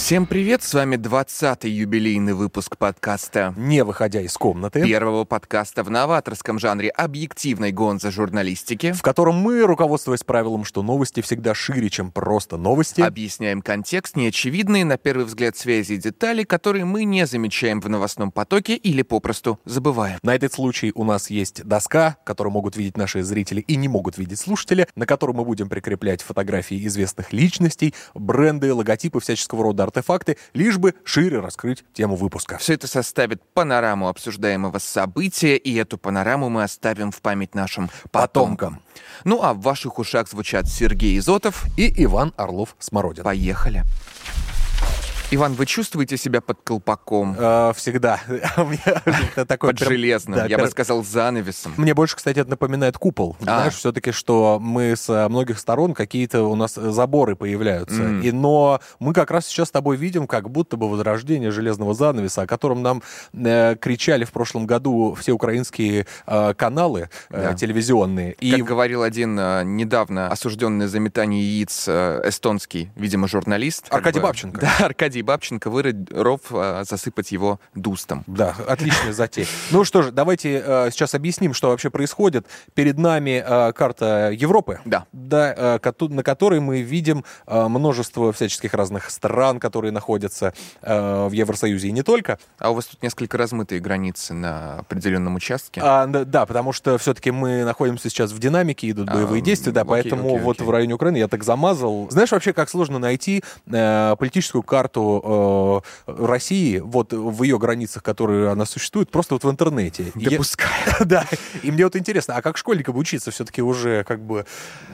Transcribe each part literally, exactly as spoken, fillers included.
Всем привет, с вами двадцатый юбилейный выпуск подкаста «Не выходя из комнаты», первого подкаста в новаторском жанре объективной гонзо-журналистики, в котором мы, руководствуясь правилом, что новости всегда шире, чем просто новости, объясняем контекст, неочевидные на первый взгляд связи и детали, которые мы не замечаем в новостном потоке или попросту забываем. На этот случай у нас есть доска, которую могут видеть наши зрители и не могут видеть слушатели, на которую мы будем прикреплять фотографии известных личностей, бренды, логотипы всяческого рода артефакты, лишь бы шире раскрыть тему выпуска. Все это составит панораму обсуждаемого события, и эту панораму мы оставим в память нашим потомкам. Потомкам. Ну а в ваших ушах звучат Сергей Изотов и Иван Орлов-Смородин. Поехали. Иван, вы чувствуете себя под колпаком? Э, всегда. Под железным, я бы сказал, занавесом. Мне больше, кстати, это напоминает купол. Знаешь, все-таки, что мы с многих сторон какие-то у нас заборы появляются. И, но мы как раз сейчас с тобой видим как будто бы возрождение железного занавеса, о котором нам э, кричали в прошлом году все украинские э, каналы э, да. телевизионные. И... Как говорил один э, недавно осужденный за метание яиц э, эстонский, видимо, журналист. Аркадий бы... Бабченко. Да, Аркадий Бабченко вырыть ров, а, засыпать его дустом. Да, отличная затея. Ну что же, давайте э, сейчас объясним, что вообще происходит. Перед нами э, карта Европы, да. Да, э, ко- на которой мы видим э, множество всяческих разных стран, которые находятся э, в Евросоюзе и не только. А у вас тут несколько размытые границы на определенном участке. А, да, потому что все-таки мы находимся сейчас в динамике, идут боевые а, действия, да, окей, поэтому окей, вот окей. в районе Украины я так замазал. Знаешь, вообще, как сложно найти э, политическую карту России, вот в ее границах, которые она существует, просто вот в интернете. Допускаю. Да, и мне вот интересно, а как школьникам учиться все-таки уже как бы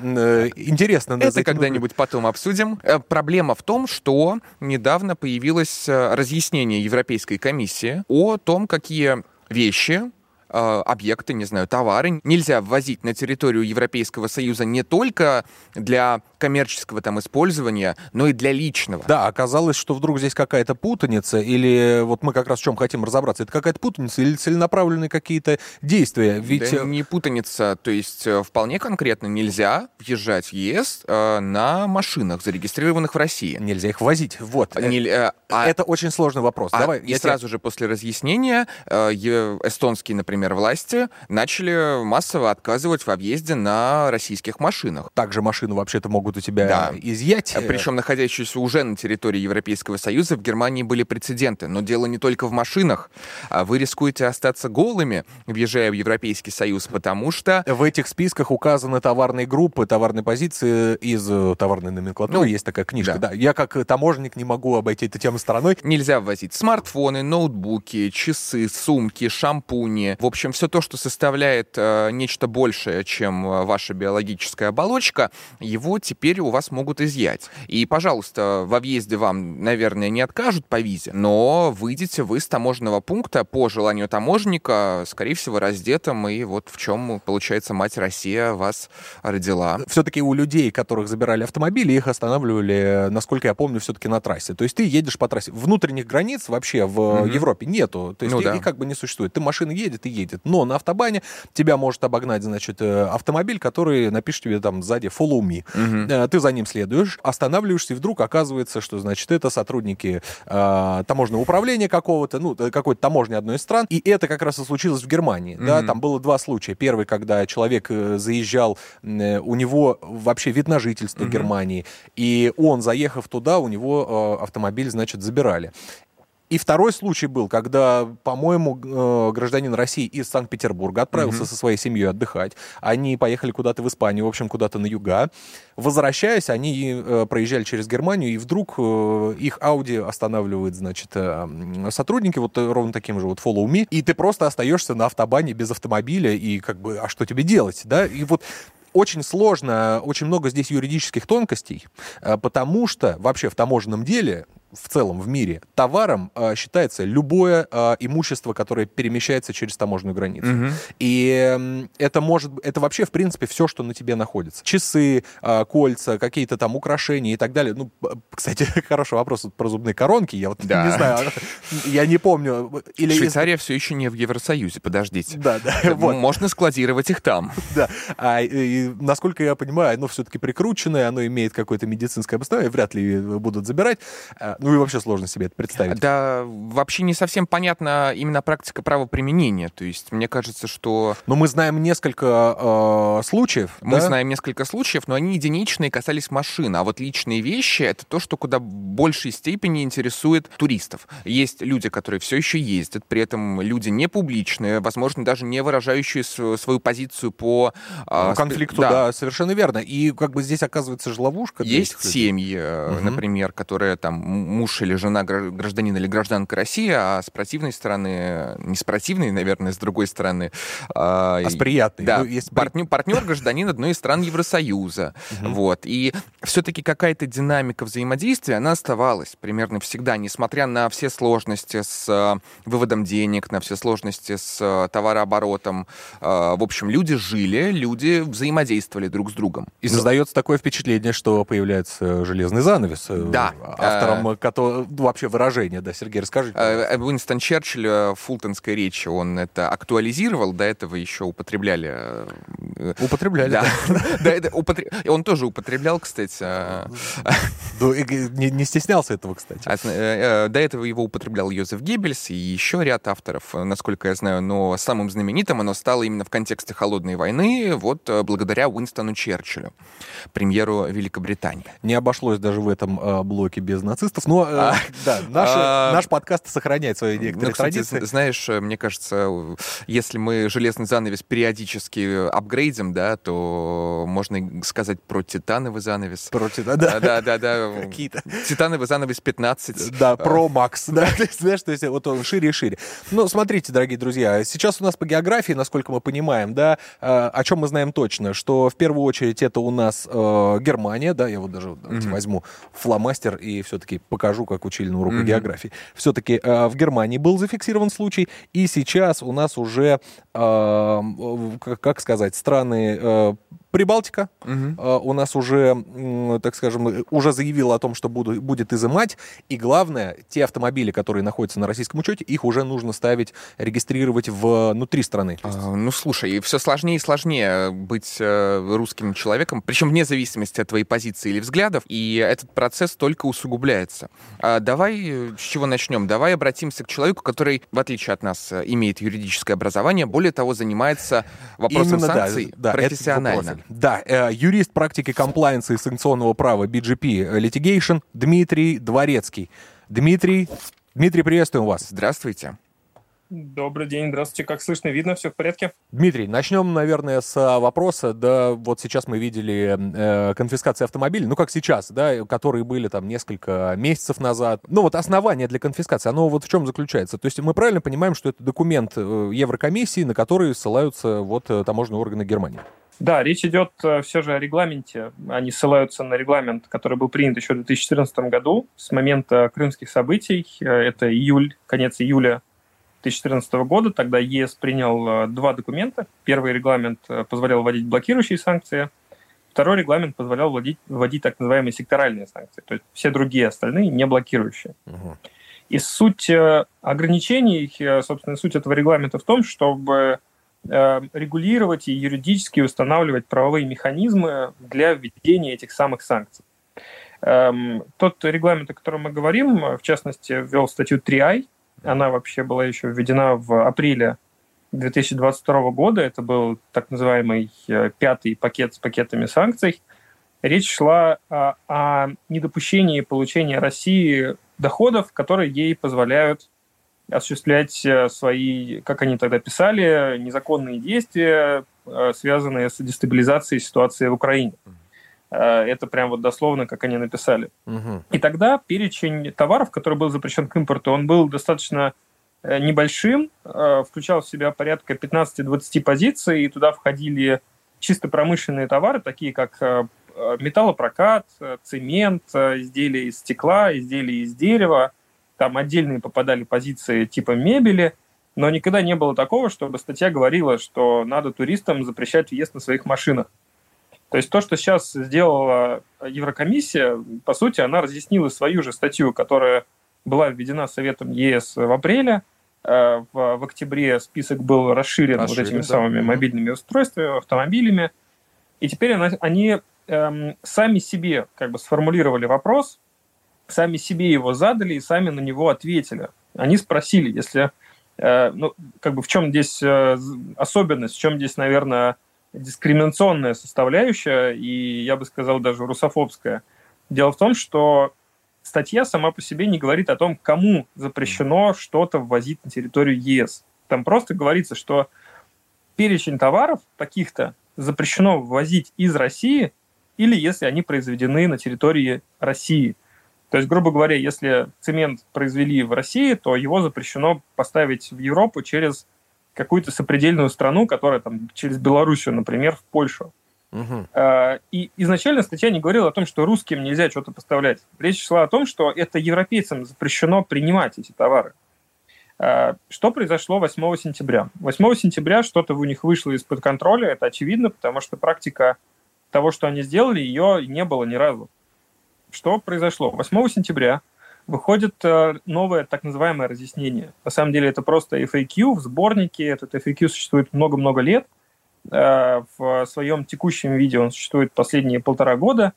интересно? Это когда-нибудь потом обсудим. Проблема в том, что недавно появилось разъяснение Европейской комиссии о том, какие вещи, объекты, не знаю, товары нельзя ввозить на территорию Европейского Союза не только для коммерческого там использования, но и для личного. Да, оказалось, что вдруг здесь какая-то путаница, или вот мы как раз в чем хотим разобраться, это какая-то путаница или целенаправленные какие-то действия? Ведь... Да не путаница, то есть вполне конкретно нельзя въезжать в ЕС э, на машинах, зарегистрированных в России. Нельзя их возить, вот. Не, э, а... Это очень сложный вопрос. А Давай, и я сразу тебя... же после разъяснения э, эстонские, например, власти начали массово отказывать в въезде на российских машинах. Также машину вообще-то могут у тебя да. изъять. Причем находящиеся уже на территории Европейского Союза. В Германии были прецеденты. Но дело не только в машинах. Вы рискуете остаться голыми, въезжая в Европейский Союз, потому что... В этих списках указаны товарные группы, товарные позиции из товарной номенклатуры. Ну, есть такая книжка. Да. Да. Я как таможенник не могу обойти эту тему стороной. Нельзя ввозить смартфоны, ноутбуки, часы, сумки, шампуни. В общем, все то, что составляет э, нечто большее, чем ваша биологическая оболочка, его теперь у вас могут изъять. И, пожалуйста, во въезде вам, наверное, не откажут по визе, но выйдете вы с таможенного пункта по желанию таможенника, скорее всего, раздетым, и вот в чем, получается, мать Россия вас родила. Все-таки у людей, которых забирали автомобили, их останавливали, насколько я помню, все-таки на трассе. То есть ты едешь по трассе. Внутренних границ вообще в mm-hmm. Европе нету. То есть ну, их, да. их как бы не существует. Ты машина едет и едет. Но на автобане тебя может обогнать, значит, автомобиль, который напишет тебе там сзади follow me. Угу. Ты за ним следуешь, останавливаешься, и вдруг оказывается, что, значит, это сотрудники э, таможенного управления какого-то, ну, какой-то таможни одной из стран. И это как раз и случилось в Германии. Угу. Да, там было два случая. Первый, когда человек заезжал, э, у него вообще вид на жительство угу. в Германии, и он, заехав туда, у него э, автомобиль, значит, забирали. И второй случай был, когда, по-моему, гражданин России из Санкт-Петербурга отправился mm-hmm. со своей семьей отдыхать. Они поехали куда-то в Испанию, в общем, куда-то на юга. Возвращаясь, они проезжали через Германию, и вдруг их Audi останавливают, значит, сотрудники вот ровно таким же вот follow me, и ты просто остаешься на автобане без автомобиля, и как бы, а что тебе делать, да? И вот очень сложно, очень много здесь юридических тонкостей, потому что вообще в таможенном деле в целом в мире товаром э, считается любое э, имущество, которое перемещается через таможенную границу. Угу. И э, это может, это вообще в принципе все, что на тебе находится. Часы, э, кольца, какие-то там украшения и так далее. Ну, кстати, хороший вопрос про зубные коронки. Я вот да. не знаю, я не помню. Или Швейцария из... все еще не в Евросоюзе, подождите. Да, да. Вот. Можно складировать их там. Да. А, и, насколько я понимаю, оно все-таки прикрученное, оно имеет какое-то медицинское обоснование, вряд ли будут забирать. ну и вообще сложно себе это представить. Да, вообще не совсем понятна именно практика правоприменения. То есть мне кажется, что... Но мы знаем несколько э, случаев. Мы да? знаем несколько случаев, но они единичные, касались машин. А вот личные вещи — это то, что куда в большей степени интересует туристов. Есть люди, которые все еще ездят, при этом люди не публичные, возможно, даже не выражающие свою позицию по... Э, конфликту, да. да, совершенно верно. И как бы здесь оказывается же ловушка. Есть семьи, угу. например, которые там муж или жена гражданин или гражданка России, а с противной стороны, не с противной, наверное, с другой стороны... А, а с приятной. Да, ну, есть партнер, партнер гражданин одной из стран Евросоюза. Угу. Вот. И все-таки какая-то динамика взаимодействия, она оставалась примерно всегда, несмотря на все сложности с выводом денег, на все сложности с товарооборотом. В общем, люди жили, люди взаимодействовали друг с другом. И создается такое впечатление, что появляется железный занавес. Да. Автором которого... Вообще выражение, да, Сергей, расскажите. Уинстон Черчилль в фултонской речи, он это актуализировал, до этого еще употребляли... Употребляли, да. да. это употреб... Он тоже употреблял, кстати. Ну, не, не стеснялся этого, кстати. До этого его употреблял Йозеф Геббельс и еще ряд авторов, насколько я знаю, но самым знаменитым оно стало именно в контексте Холодной войны, вот благодаря Уинстону Черчиллю, премьеру Великобритании. Не обошлось даже в этом э, блоке без нацистов, но э, да, наши, а, наш подкаст сохраняет свои некоторые ну, кстати, традиции. Знаешь, мне кажется, если мы железный занавес периодически апгрейдим, да, то можно сказать про титановый занавес. Про титановый, да. Да, да, да. Какие-то. Титановый занавес пятнадцать. Да, про Макс, да. Знаешь, то есть вот он шире и шире. Ну, смотрите, дорогие друзья, сейчас у нас по географии, насколько мы понимаем, да, о чем мы знаем точно, что в первую очередь это у нас э, Германия, да, я вот даже mm-hmm. возьму фломастер и все-таки покажу, как учили на уроках mm-hmm. географии. Все-таки э, в Германии был зафиксирован случай, и сейчас у нас уже, э, как, как сказать, страны э, Прибалтика uh-huh. uh, у нас уже, э, так скажем, уже заявила о том, что буду, будет изымать. И главное, те автомобили, которые находятся на российском учете, их уже нужно ставить, регистрировать внутри страны. Uh, ну, слушай, все сложнее и сложнее быть э, русским человеком, причем вне зависимости от твоей позиции или взглядов, и этот процесс только усугубляется. А давай с чего начнем? Давай обратимся к человеку, который, в отличие от нас, имеет юридическое образование, более того, занимается вопросом Именно, санкций да, профессионально. Да, э, юрист практики комплаенса и санкционного права би джи пи Litigation Дмитрий Дворецкий. Дмитрий, Дмитрий, приветствуем вас. Здравствуйте. Добрый день, здравствуйте. Как слышно, видно, все в порядке? Дмитрий, начнем, наверное, с вопроса. Да, вот сейчас мы видели э, конфискации автомобилей, ну как сейчас, да, которые были там несколько месяцев назад. Ну вот основание для конфискации, оно вот в чем заключается? То есть мы правильно понимаем, что это документ Еврокомиссии, на который ссылаются вот таможенные органы Германии? Да, речь идет все же о регламенте. Они ссылаются на регламент, который был принят еще в две тысячи четырнадцатом году, с момента крымских событий. Это июль, конец июля две тысячи четырнадцатого года. Тогда ЕС принял два документа. Первый регламент позволял вводить блокирующие санкции. Второй регламент позволял вводить, вводить так называемые секторальные санкции. То есть все другие остальные не блокирующие. Угу. И суть ограничений, собственно, суть этого регламента в том, чтобы регулировать и юридически устанавливать правовые механизмы для введения этих самых санкций. Тот регламент, о котором мы говорим, в частности, ввел статью три ай. Она вообще была еще введена в апреле две тысячи двадцать второго года. Это был так называемый пятый пакет с пакетами санкций. Речь шла о, о недопущении получения России доходов, которые ей позволяют осуществлять свои, как они тогда писали, незаконные действия, связанные с дестабилизацией ситуации в Украине. Это прям вот дословно, как они написали. Угу. И тогда перечень товаров, который был запрещен к импорту, он был достаточно небольшим, включал в себя порядка пятнадцать-двадцать позиций, и туда входили чисто промышленные товары, такие как металлопрокат, цемент, изделия из стекла, изделия из дерева. Там отдельные попадали позиции типа мебели, но никогда не было такого, чтобы статья говорила, что надо туристам запрещать въезд на своих машинах. То есть то, что сейчас сделала Еврокомиссия, по сути, она разъяснила свою же статью, которая была введена Советом ЕС в апреле. В, в октябре список был расширен, расширен вот этими да. самыми мобильными устройствами, автомобилями. И теперь она, они эм, сами себе как бы сформулировали вопрос, сами себе его задали и сами на него ответили. Они спросили, если, э, ну, как бы в чем здесь э, особенность, в чем здесь, наверное, дискриминационная составляющая, и я бы сказал даже русофобская. Дело в том, что статья сама по себе не говорит о том, кому запрещено что-то ввозить на территорию ЕС. Там просто говорится, что перечень товаров таких-то запрещено ввозить из России или если они произведены на территории России. То есть, грубо говоря, если цемент произвели в России, то его запрещено поставить в Европу через какую-то сопредельную страну, которая там через Белоруссию, например, в Польшу. Угу. И изначально статья не говорила о том, что русским нельзя что-то поставлять. Речь шла о том, что это европейцам запрещено принимать эти товары. Что произошло восьмого сентября? восьмого сентября что-то у них вышло из-под контроля, это очевидно, потому что практика того, что они сделали, ее не было ни разу. Что произошло? восьмого сентября выходит новое так называемое разъяснение. На самом деле это просто эф эй кью в сборнике. Этот эф эй кью существует много-много лет. В своем текущем виде он существует последние полтора года.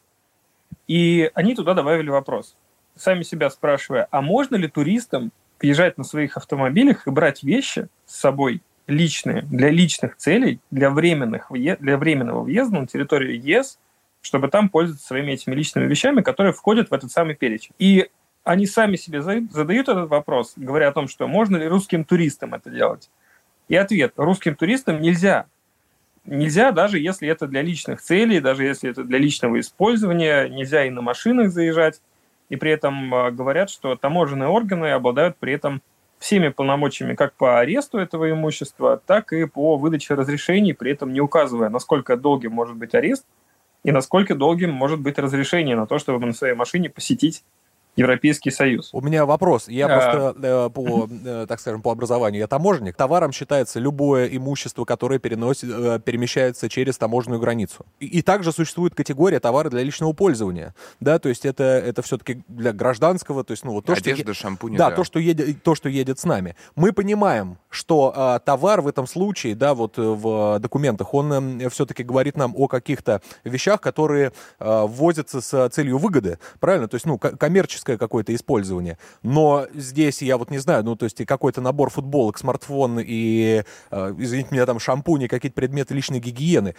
И они туда добавили вопрос. Сами себя спрашивая, а можно ли туристам въезжать на своих автомобилях и брать вещи с собой личные, для личных целей, для, временных, для временного въезда на территорию ЕС, чтобы там пользоваться своими этими личными вещами, которые входят в этот самый перечень. И они сами себе задают этот вопрос, говоря о том, что можно ли русским туристам это делать. И ответ: русским туристам нельзя. Нельзя, даже если это для личных целей, даже если это для личного использования, нельзя и на машинах заезжать. И при этом говорят, что таможенные органы обладают при этом всеми полномочиями как по аресту этого имущества, так и по выдаче разрешений, при этом не указывая, насколько долгим может быть арест и насколько долгим может быть разрешение на то, чтобы на своей машине посетить Европейский Союз. У меня вопрос. Я а... просто э, по, э, так скажем, по образованию я таможенник. Товаром считается любое имущество, которое переносит, э, перемещается через таможенную границу. И, и также существует категория товары для личного пользования. Да, то есть это, это все-таки для гражданского, то есть, ну, вот то, одежда, что, шампунь, да, да. То, что едет, то, что едет с нами. Мы понимаем, что э, товар в этом случае, да, вот в документах, он э, все-таки говорит нам о каких-то вещах, которые э, ввозятся с целью выгоды. Правильно? То есть, ну, коммерческие какое-то использование. Но здесь, я вот не знаю, ну, то есть какой-то набор футболок, смартфон и, э, извините меня, там шампуни, какие-то предметы личной гигиены.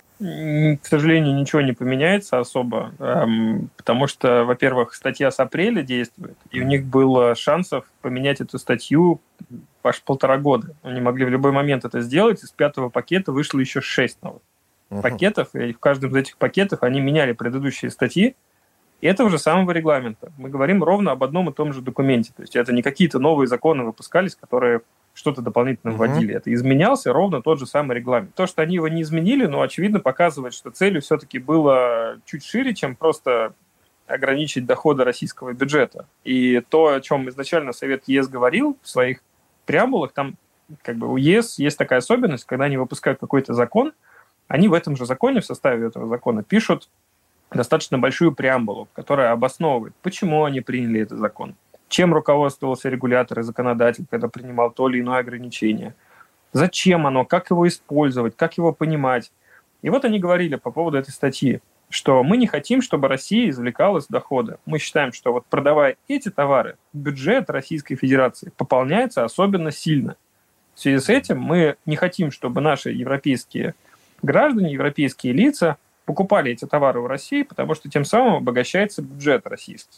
К сожалению, ничего не поменяется особо, эм, потому что, во-первых, статья с апреля действует, и у них было шансов поменять эту статью аж полтора года. Они могли в любой момент это сделать, из пятого пакета вышло еще шесть новых uh-huh. пакетов, и в каждом из этих пакетов они меняли предыдущие статьи, и этого же самого регламента. Мы говорим ровно об одном и том же документе. То есть это не какие-то новые законы выпускались, которые что-то дополнительно вводили. Uh-huh. Это изменялся ровно тот же самый регламент. То, что они его не изменили, ну, очевидно, показывает, что целью все-таки было чуть шире, чем просто ограничить доходы российского бюджета. И то, о чем изначально Совет ЕС говорил в своих преамбулах, там как бы у ЕС есть такая особенность, когда они выпускают какой-то закон, они в этом же законе, в составе этого закона, пишут достаточно большую преамбулу, которая обосновывает, почему они приняли этот закон, чем руководствовался регулятор и законодатель, когда принимал то или иное ограничение, зачем оно, как его использовать, как его понимать. И вот они говорили по поводу этой статьи, что мы не хотим, чтобы Россия извлекала из дохода. Мы считаем, что вот продавая эти товары, бюджет Российской Федерации пополняется особенно сильно. В связи с этим мы не хотим, чтобы наши европейские граждане, европейские лица покупали эти товары в России, потому что тем самым обогащается бюджет российский.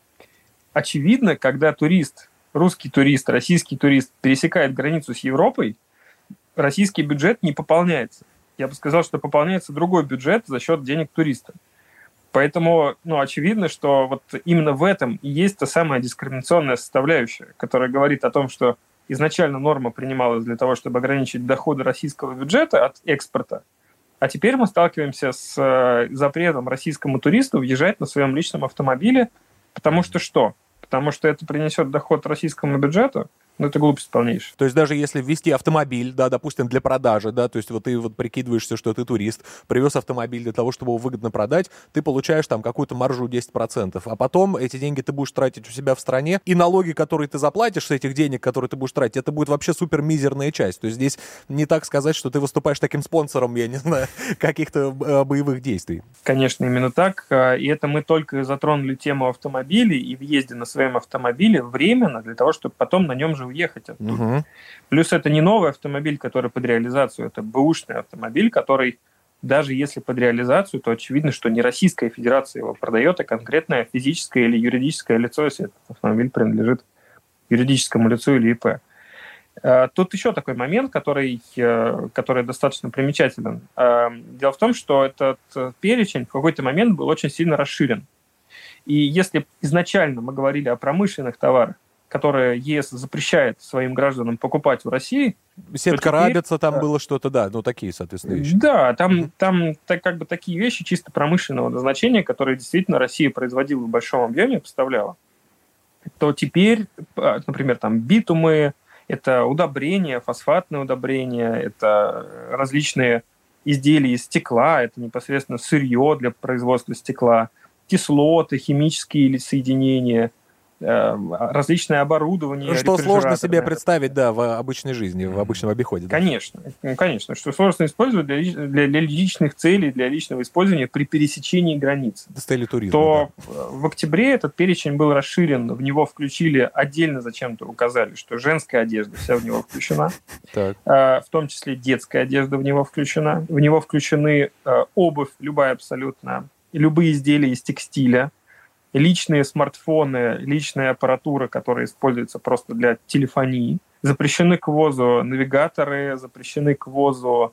Очевидно, когда турист, русский турист, российский турист пересекает границу с Европой, российский бюджет не пополняется. Я бы сказал, что пополняется другой бюджет за счет денег туриста. Поэтому, ну, очевидно, что вот именно в этом и есть та самая дискриминационная составляющая, которая говорит о том, что изначально норма принималась для того, чтобы ограничить доходы российского бюджета от экспорта, а теперь мы сталкиваемся с запретом российскому туристу въезжать на своем личном автомобиле, потому что что? Потому что это принесет доход российскому бюджету? Ну, это глупость полнейшая. То есть даже если ввести автомобиль, да, допустим, для продажи, да, то есть вот ты вот прикидываешься, что ты турист, привез автомобиль для того, чтобы его выгодно продать, ты получаешь там какую-то маржу десять процентов, а потом эти деньги ты будешь тратить у себя в стране, и налоги, которые ты заплатишь с этих денег, которые ты будешь тратить, это будет вообще супер мизерная часть. То есть здесь не так сказать, что ты выступаешь таким спонсором, я не знаю, каких-то э, боевых действий. Конечно, именно так. И это мы только затронули тему автомобилей и въезде на своем автомобиле временно для того, чтобы потом на нем же уехать оттуда. Угу. Плюс это не новый автомобиль, который под реализацию, это бэушный автомобиль, который даже если под реализацию, то очевидно, что не Российская Федерация его продает, а конкретное физическое или юридическое лицо, если этот автомобиль принадлежит юридическому лицу или ИП. Тут еще такой момент, который, который достаточно примечателен. Дело в том, что этот перечень в какой-то момент был очень сильно расширен. И если изначально мы говорили о промышленных товарах, которые ЕС запрещает своим гражданам покупать в России. Сетка Рабица, там было что-то, да, ну такие, соответственно, вещи. Да, там, mm-hmm. там так, как бы такие вещи чисто промышленного назначения, которые действительно Россия производила в большом объеме, поставляла. То теперь, например, там битумы, это удобрения, фосфатные удобрения, это различные изделия из стекла, это непосредственно сырье для производства стекла, кислоты, химические соединения, различное оборудование. Что сложно себе представить, да, в обычной жизни, в обычном обиходе. Да. Конечно, ну, конечно, что сложно использовать для, для, для личных целей, для личного использования при пересечении границ. С целью туризма. То да. В октябре этот перечень был расширен, в него включили отдельно зачем-то указали, что женская одежда вся в него включена, так. в том числе детская одежда в него включена, в него включены обувь, любая абсолютно, любые изделия из текстиля, личные смартфоны, личная аппаратура, которая используется просто для телефонии. Запрещены к ввозу навигаторы, запрещены к ввозу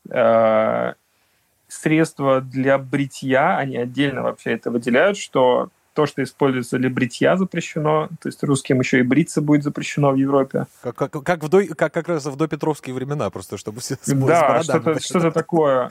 э, средства для бритья. Они отдельно вообще это выделяют, что то, что используется для бритья, запрещено. То есть русским еще и бриться будет запрещено в Европе. Как, как, как, в до, как, как раз в допетровские времена, просто чтобы все с Да, что-то, что-то такое.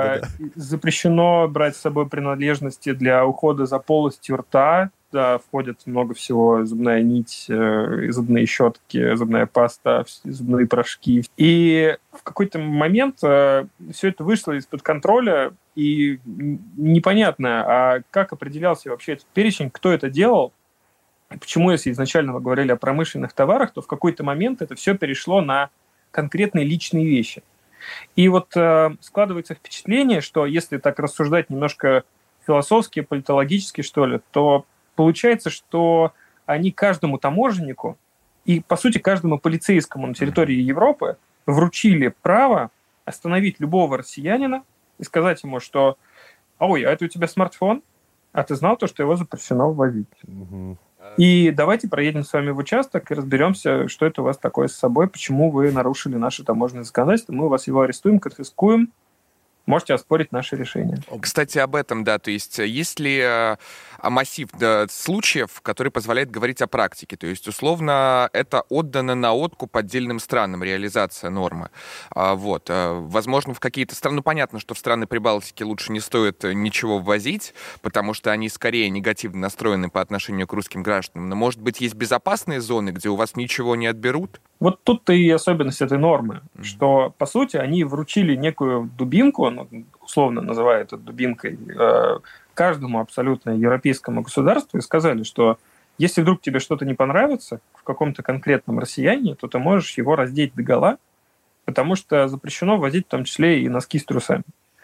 Запрещено брать с собой принадлежности для ухода за полостью рта. Да, входит много всего: зубная нить, зубные щетки, зубная паста, зубные порошки. И в какой-то момент все это вышло из-под контроля, и непонятно, а как определялся вообще этот перечень, кто это делал, и почему, если изначально мы говорили о промышленных товарах, то в какой-то момент это все перешло на конкретные личные вещи. И вот э, складывается впечатление, что если так рассуждать немножко философски, политологически, что ли, то получается, что они каждому таможеннику и, по сути, каждому полицейскому на территории Европы вручили право остановить любого россиянина и сказать ему, что «Ой, а это у тебя смартфон? А ты знал то, что его запрещено ввозить?» Угу. И давайте проедем с вами в участок и разберемся, что это у вас такое с собой, почему вы нарушили наше таможенное законодательство. Мы у вас его арестуем, конфискуем. Можете оспорить наше решение. Кстати, об этом, да, то есть есть ли э, массив да, случаев, который позволяет говорить о практике? То есть, условно, это отдано на откуп отдельным странам, реализация нормы. А, вот. А, возможно, в какие-то страны, ну, понятно, что в страны Прибалтики лучше не стоит ничего ввозить, потому что они скорее негативно настроены по отношению к русским гражданам. Но, может быть, есть безопасные зоны, где у вас ничего не отберут? Вот тут-то и особенность этой нормы, mm-hmm. что, по сути, они вручили некую дубинку, ну, условно называя это дубинкой, э, каждому абсолютно европейскому государству и сказали, что если вдруг тебе что-то не понравится в каком-то конкретном россиянине, то ты можешь его раздеть догола, потому что запрещено возить в том числе и носки с трусами.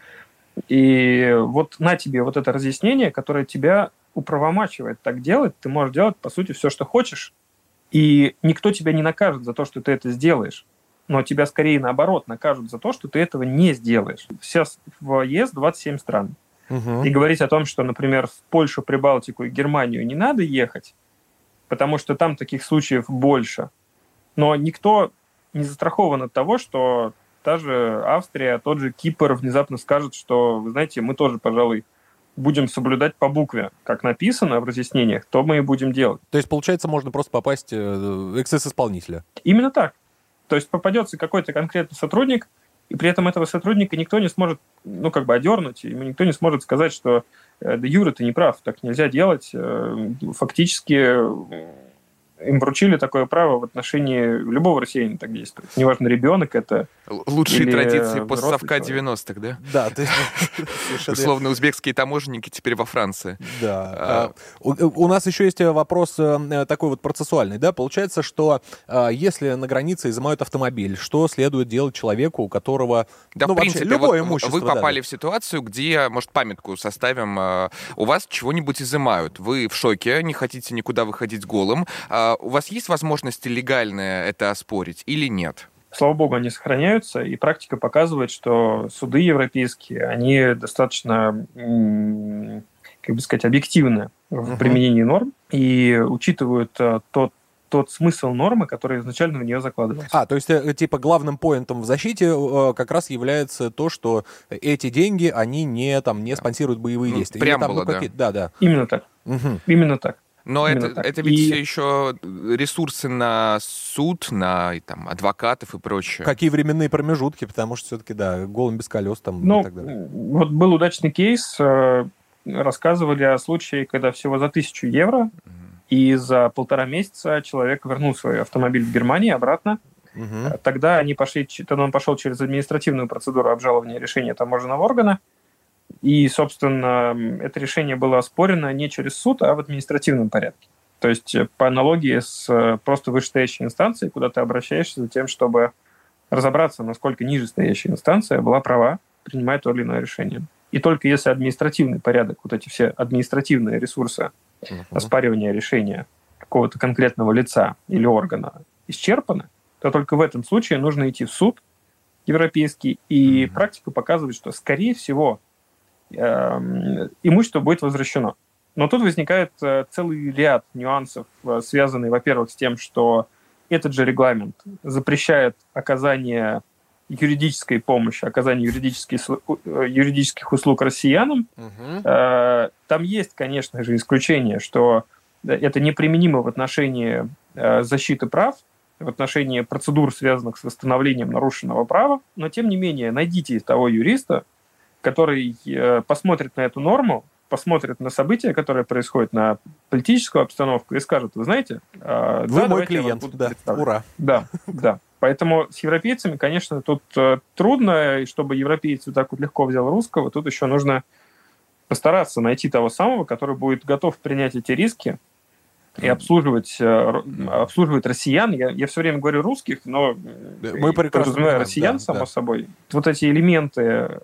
И вот на тебе вот это разъяснение, которое тебя управомачивает так делать, ты можешь делать, по сути, все, что хочешь, и никто тебя не накажет за то, что ты это сделаешь. Но тебя скорее наоборот накажут за то, что ты этого не сделаешь. Сейчас в ЕС двадцать семь стран. Угу. И говорить о том, что, например, в Польшу, Прибалтику и Германию не надо ехать, потому что там таких случаев больше. Но никто не застрахован от того, что та же Австрия, тот же Кипр внезапно скажет, что, вы знаете, мы тоже, пожалуй, будем соблюдать по букве, как написано в разъяснениях, то мы и будем делать. То есть, получается, можно просто попасть в эксцесс-исполнителя? Именно так. То есть попадется какой-то конкретный сотрудник, и при этом этого сотрудника никто не сможет, ну, как бы одернуть, ему никто не сможет сказать, что да, Юра, ты не прав, так нельзя делать. Фактически им вручили такое право в отношении любого россиянина так действует. Неважно, ребенок это... Лучшие традиции постсовка девяностых, да? Да. Условно, узбекские таможенники теперь во Франции. Да. У нас еще есть вопрос такой вот процессуальный, да? Получается, что если на границе изымают автомобиль, что следует делать человеку, у которого... Да, в принципе, любое имущество. Вы попали в ситуацию, где, может, памятку составим, у вас чего-нибудь изымают. Вы в шоке, не хотите никуда выходить голым. У вас есть возможность легально это оспорить или нет? Слава богу, они сохраняются, и практика показывает, что суды европейские, они достаточно, как бы сказать, объективны в применении норм и учитывают тот тот смысл нормы, который изначально в нее закладывается. А, то есть, типа, главным поинтом в защите как раз является то, что эти деньги, они не, там, не спонсируют боевые ну, действия. Преамбула, там, ну, да. Да, да. Именно так. Угу. Именно так. Но это, это ведь и... еще ресурсы на суд, на там, адвокатов и прочее. Какие временные промежутки, потому что все-таки, да, голым без колес там ну, и так далее. Вот был удачный кейс, рассказывали о случае, когда всего за тысячу евро и за полтора месяца человек вернул свой автомобиль в Германии обратно. Угу. Тогда они пошли, тогда он пошел через административную процедуру обжалования решения таможенного органа. И, собственно, это решение было оспорено не через суд, а в административном порядке. То есть по аналогии с просто вышестоящей инстанцией, куда ты обращаешься за тем, чтобы разобраться, насколько нижестоящая инстанция была права принимать то или иное решение. И только если административный порядок, вот эти все административные ресурсы uh-huh. оспаривания решения какого-то конкретного лица или органа исчерпаны, то только в этом случае нужно идти в суд европейский. И uh-huh. практика показывает, что, скорее всего, э, имущество будет возвращено. Но тут возникает э, целый ряд нюансов, э, связанный, во-первых, с тем, что этот же регламент запрещает оказание юридической помощи, оказание юридических, юридических услуг россиянам. Угу. Там есть, конечно же, исключение, что это неприменимо в отношении защиты прав, в отношении процедур, связанных с восстановлением нарушенного права, но, тем не менее, найдите того юриста, который посмотрит на эту норму, посмотрит на события, которые происходят, на политическую обстановку и скажет, вы знаете... Вы да, мой клиент, да, ура. Да, да. Поэтому с европейцами, конечно, тут э, трудно, и чтобы европейец вот так вот легко взял русского, тут еще нужно постараться найти того самого, который будет готов принять эти риски и обслуживать, э, обслуживать россиян. Я, я все время говорю русских, но мы подразумеваю россиян, да, само да. собой. Вот эти элементы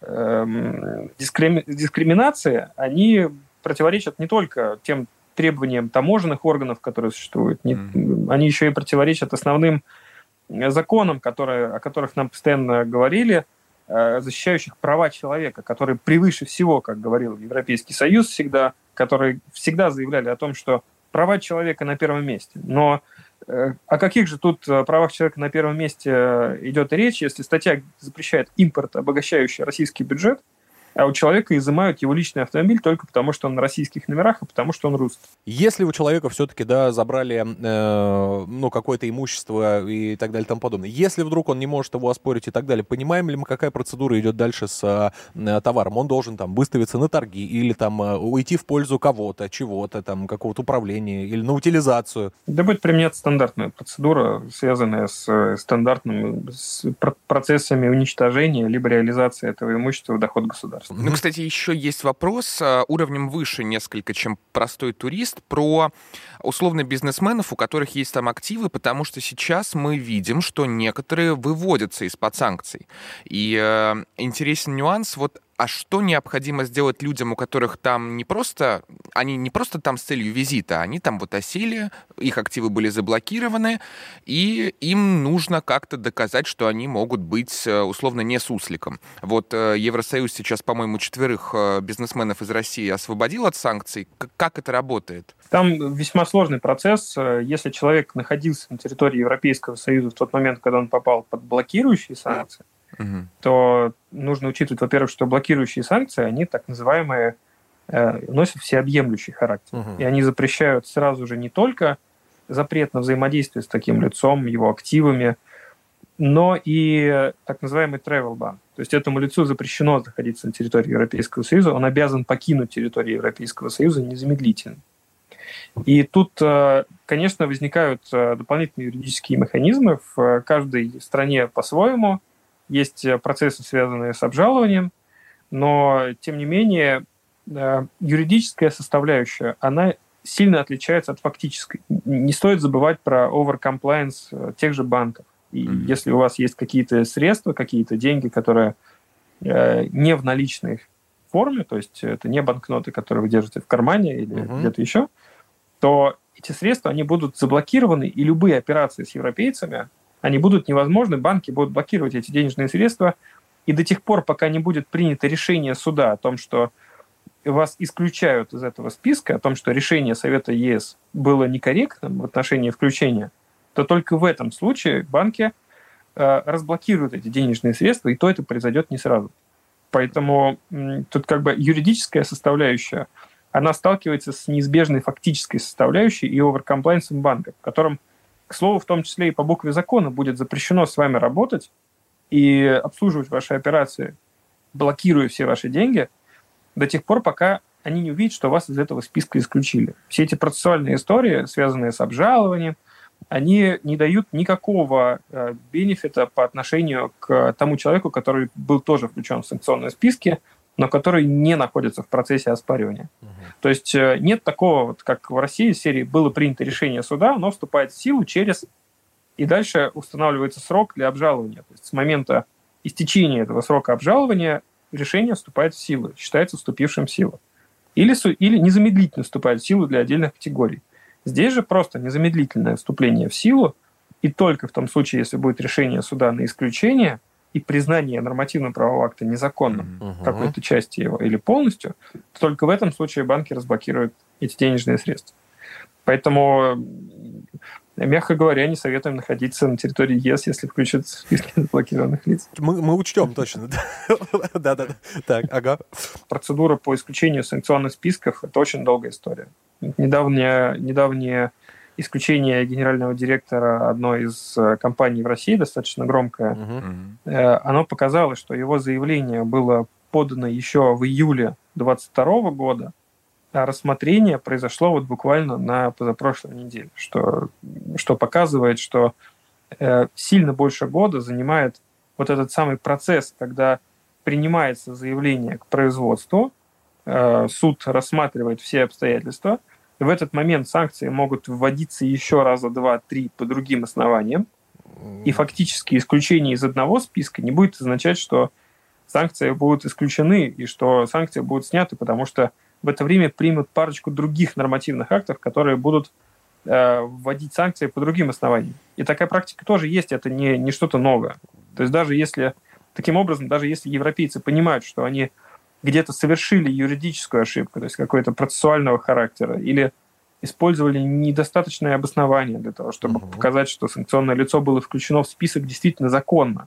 э, дискрими, дискриминации, они противоречат не только тем требованиям таможенных органов, которые существуют, не, mm-hmm. они еще и противоречат основным законам, которые, о которых нам постоянно говорили, защищающих права человека, которые превыше всего, как говорил Европейский Союз всегда, которые всегда заявляли о том, что права человека на первом месте. Но о каких же тут правах человека на первом месте идет речь, если статья запрещает импорт, обогащающий российский бюджет, а у человека изымают его личный автомобиль только потому, что он на российских номерах, и потому, что он русский. Если у человека все-таки, да, забрали э, ну, какое-то имущество и так далее и тому подобное, если вдруг он не может его оспорить и так далее, понимаем ли мы, какая процедура идет дальше с э, товаром? Он должен там выставиться на торги или там э, уйти в пользу кого-то, чего-то, там, какого-то управления или на утилизацию? Да будет применяться стандартная процедура, связанная с стандартными с процессами уничтожения либо реализации этого имущества в доход государства. Ну, кстати, еще есть вопрос уровнем выше несколько, чем простой турист, про условно бизнесменов, у которых есть там активы, потому что сейчас мы видим, что некоторые выводятся из-под санкций. И э, интересен нюанс, вот а что необходимо сделать людям, у которых там не просто, они не просто там с целью визита, они там вот осели, их активы были заблокированы, и им нужно как-то доказать, что они могут быть условно не сусликом. Вот Евросоюз сейчас, по-моему, четверых бизнесменов из России освободил от санкций. Как это работает? Там весьма сложный процесс. Если человек находился на территории Европейского Союза в тот момент, когда он попал под блокирующие санкции, Uh-huh. то нужно учитывать, во-первых, что блокирующие санкции, они так называемые, э, носят всеобъемлющий характер. Uh-huh. И они запрещают сразу же не только запрет на взаимодействие с таким лицом, его активами, но и так называемый travel ban. То есть этому лицу запрещено находиться на территории Европейского Союза, он обязан покинуть территорию Европейского Союза незамедлительно. И тут, конечно, возникают дополнительные юридические механизмы. В каждой стране по-своему есть процессы, связанные с обжалованием, но, тем не менее, юридическая составляющая, она сильно отличается от фактической. Не стоит забывать про over-compliance тех же банков. И mm-hmm. если у вас есть какие-то средства, какие-то деньги, которые э, не в наличной форме, то есть это не банкноты, которые вы держите в кармане или mm-hmm. где-то еще, то эти средства, они будут заблокированы, и любые операции с европейцами, они будут невозможны, банки будут блокировать эти денежные средства, и до тех пор, пока не будет принято решение суда о том, что вас исключают из этого списка, о том, что решение Совета ЕС было некорректным в отношении включения, то только в этом случае банки э, разблокируют эти денежные средства, и то это произойдет не сразу. Поэтому м, тут как бы юридическая составляющая, она сталкивается с неизбежной фактической составляющей и оверкомплайнсом банков, в котором, к слову, в том числе и по букве закона будет запрещено с вами работать и обслуживать ваши операции, блокируя все ваши деньги, до тех пор, пока они не увидят, что вас из этого списка исключили. Все эти процессуальные истории, связанные с обжалованием, они не дают никакого э, бенефита по отношению к тому человеку, который был тоже включен в санкционные списки, но который не находится в процессе оспаривания. Угу. То есть э, нет такого, вот, как в России, в серии было принято решение суда, оно вступает в силу через... И дальше устанавливается срок для обжалования. То есть с момента истечения этого срока обжалования решение вступает в силу, считается вступившим в силу. Или, или незамедлительно вступает в силу для отдельных категорий. Здесь же просто незамедлительное вступление в силу, и только в том случае, если будет решение суда на исключение и признание нормативно-правового акта незаконным uh-huh. какой-то части его или полностью, то только в этом случае банки разблокируют эти денежные средства. Поэтому, мягко говоря, не советуем находиться на территории ЕС, если включат списки заблокированных лиц. Мы, мы учтем точно. Да-да-да. Так, ага. Процедура по исключению санкционных списков – это очень долгая история. Недавнее, недавнее исключение генерального директора одной из компаний в России, достаточно громкое, uh-huh. оно показало, что его заявление было подано еще в июле двадцать второго года, а рассмотрение произошло вот буквально на позапрошлой неделе, что, что показывает, что э, сильно больше года занимает вот этот самый процесс, когда принимается заявление к производству, э, суд рассматривает все обстоятельства, и в этот момент санкции могут вводиться еще раза два-три по другим основаниям, и фактически исключение из одного списка не будет означать, что санкции будут исключены и что санкции будут сняты, потому что в это время примут парочку других нормативных актов, которые будут э, вводить санкции по другим основаниям. И такая практика тоже есть, это не, не что-то новое. То есть даже если, таким образом, даже если европейцы понимают, что они где-то совершили юридическую ошибку, то есть какой-то процессуального характера, или использовали недостаточное обоснование для того, чтобы uh-huh. показать, что санкционное лицо было включено в список действительно законно,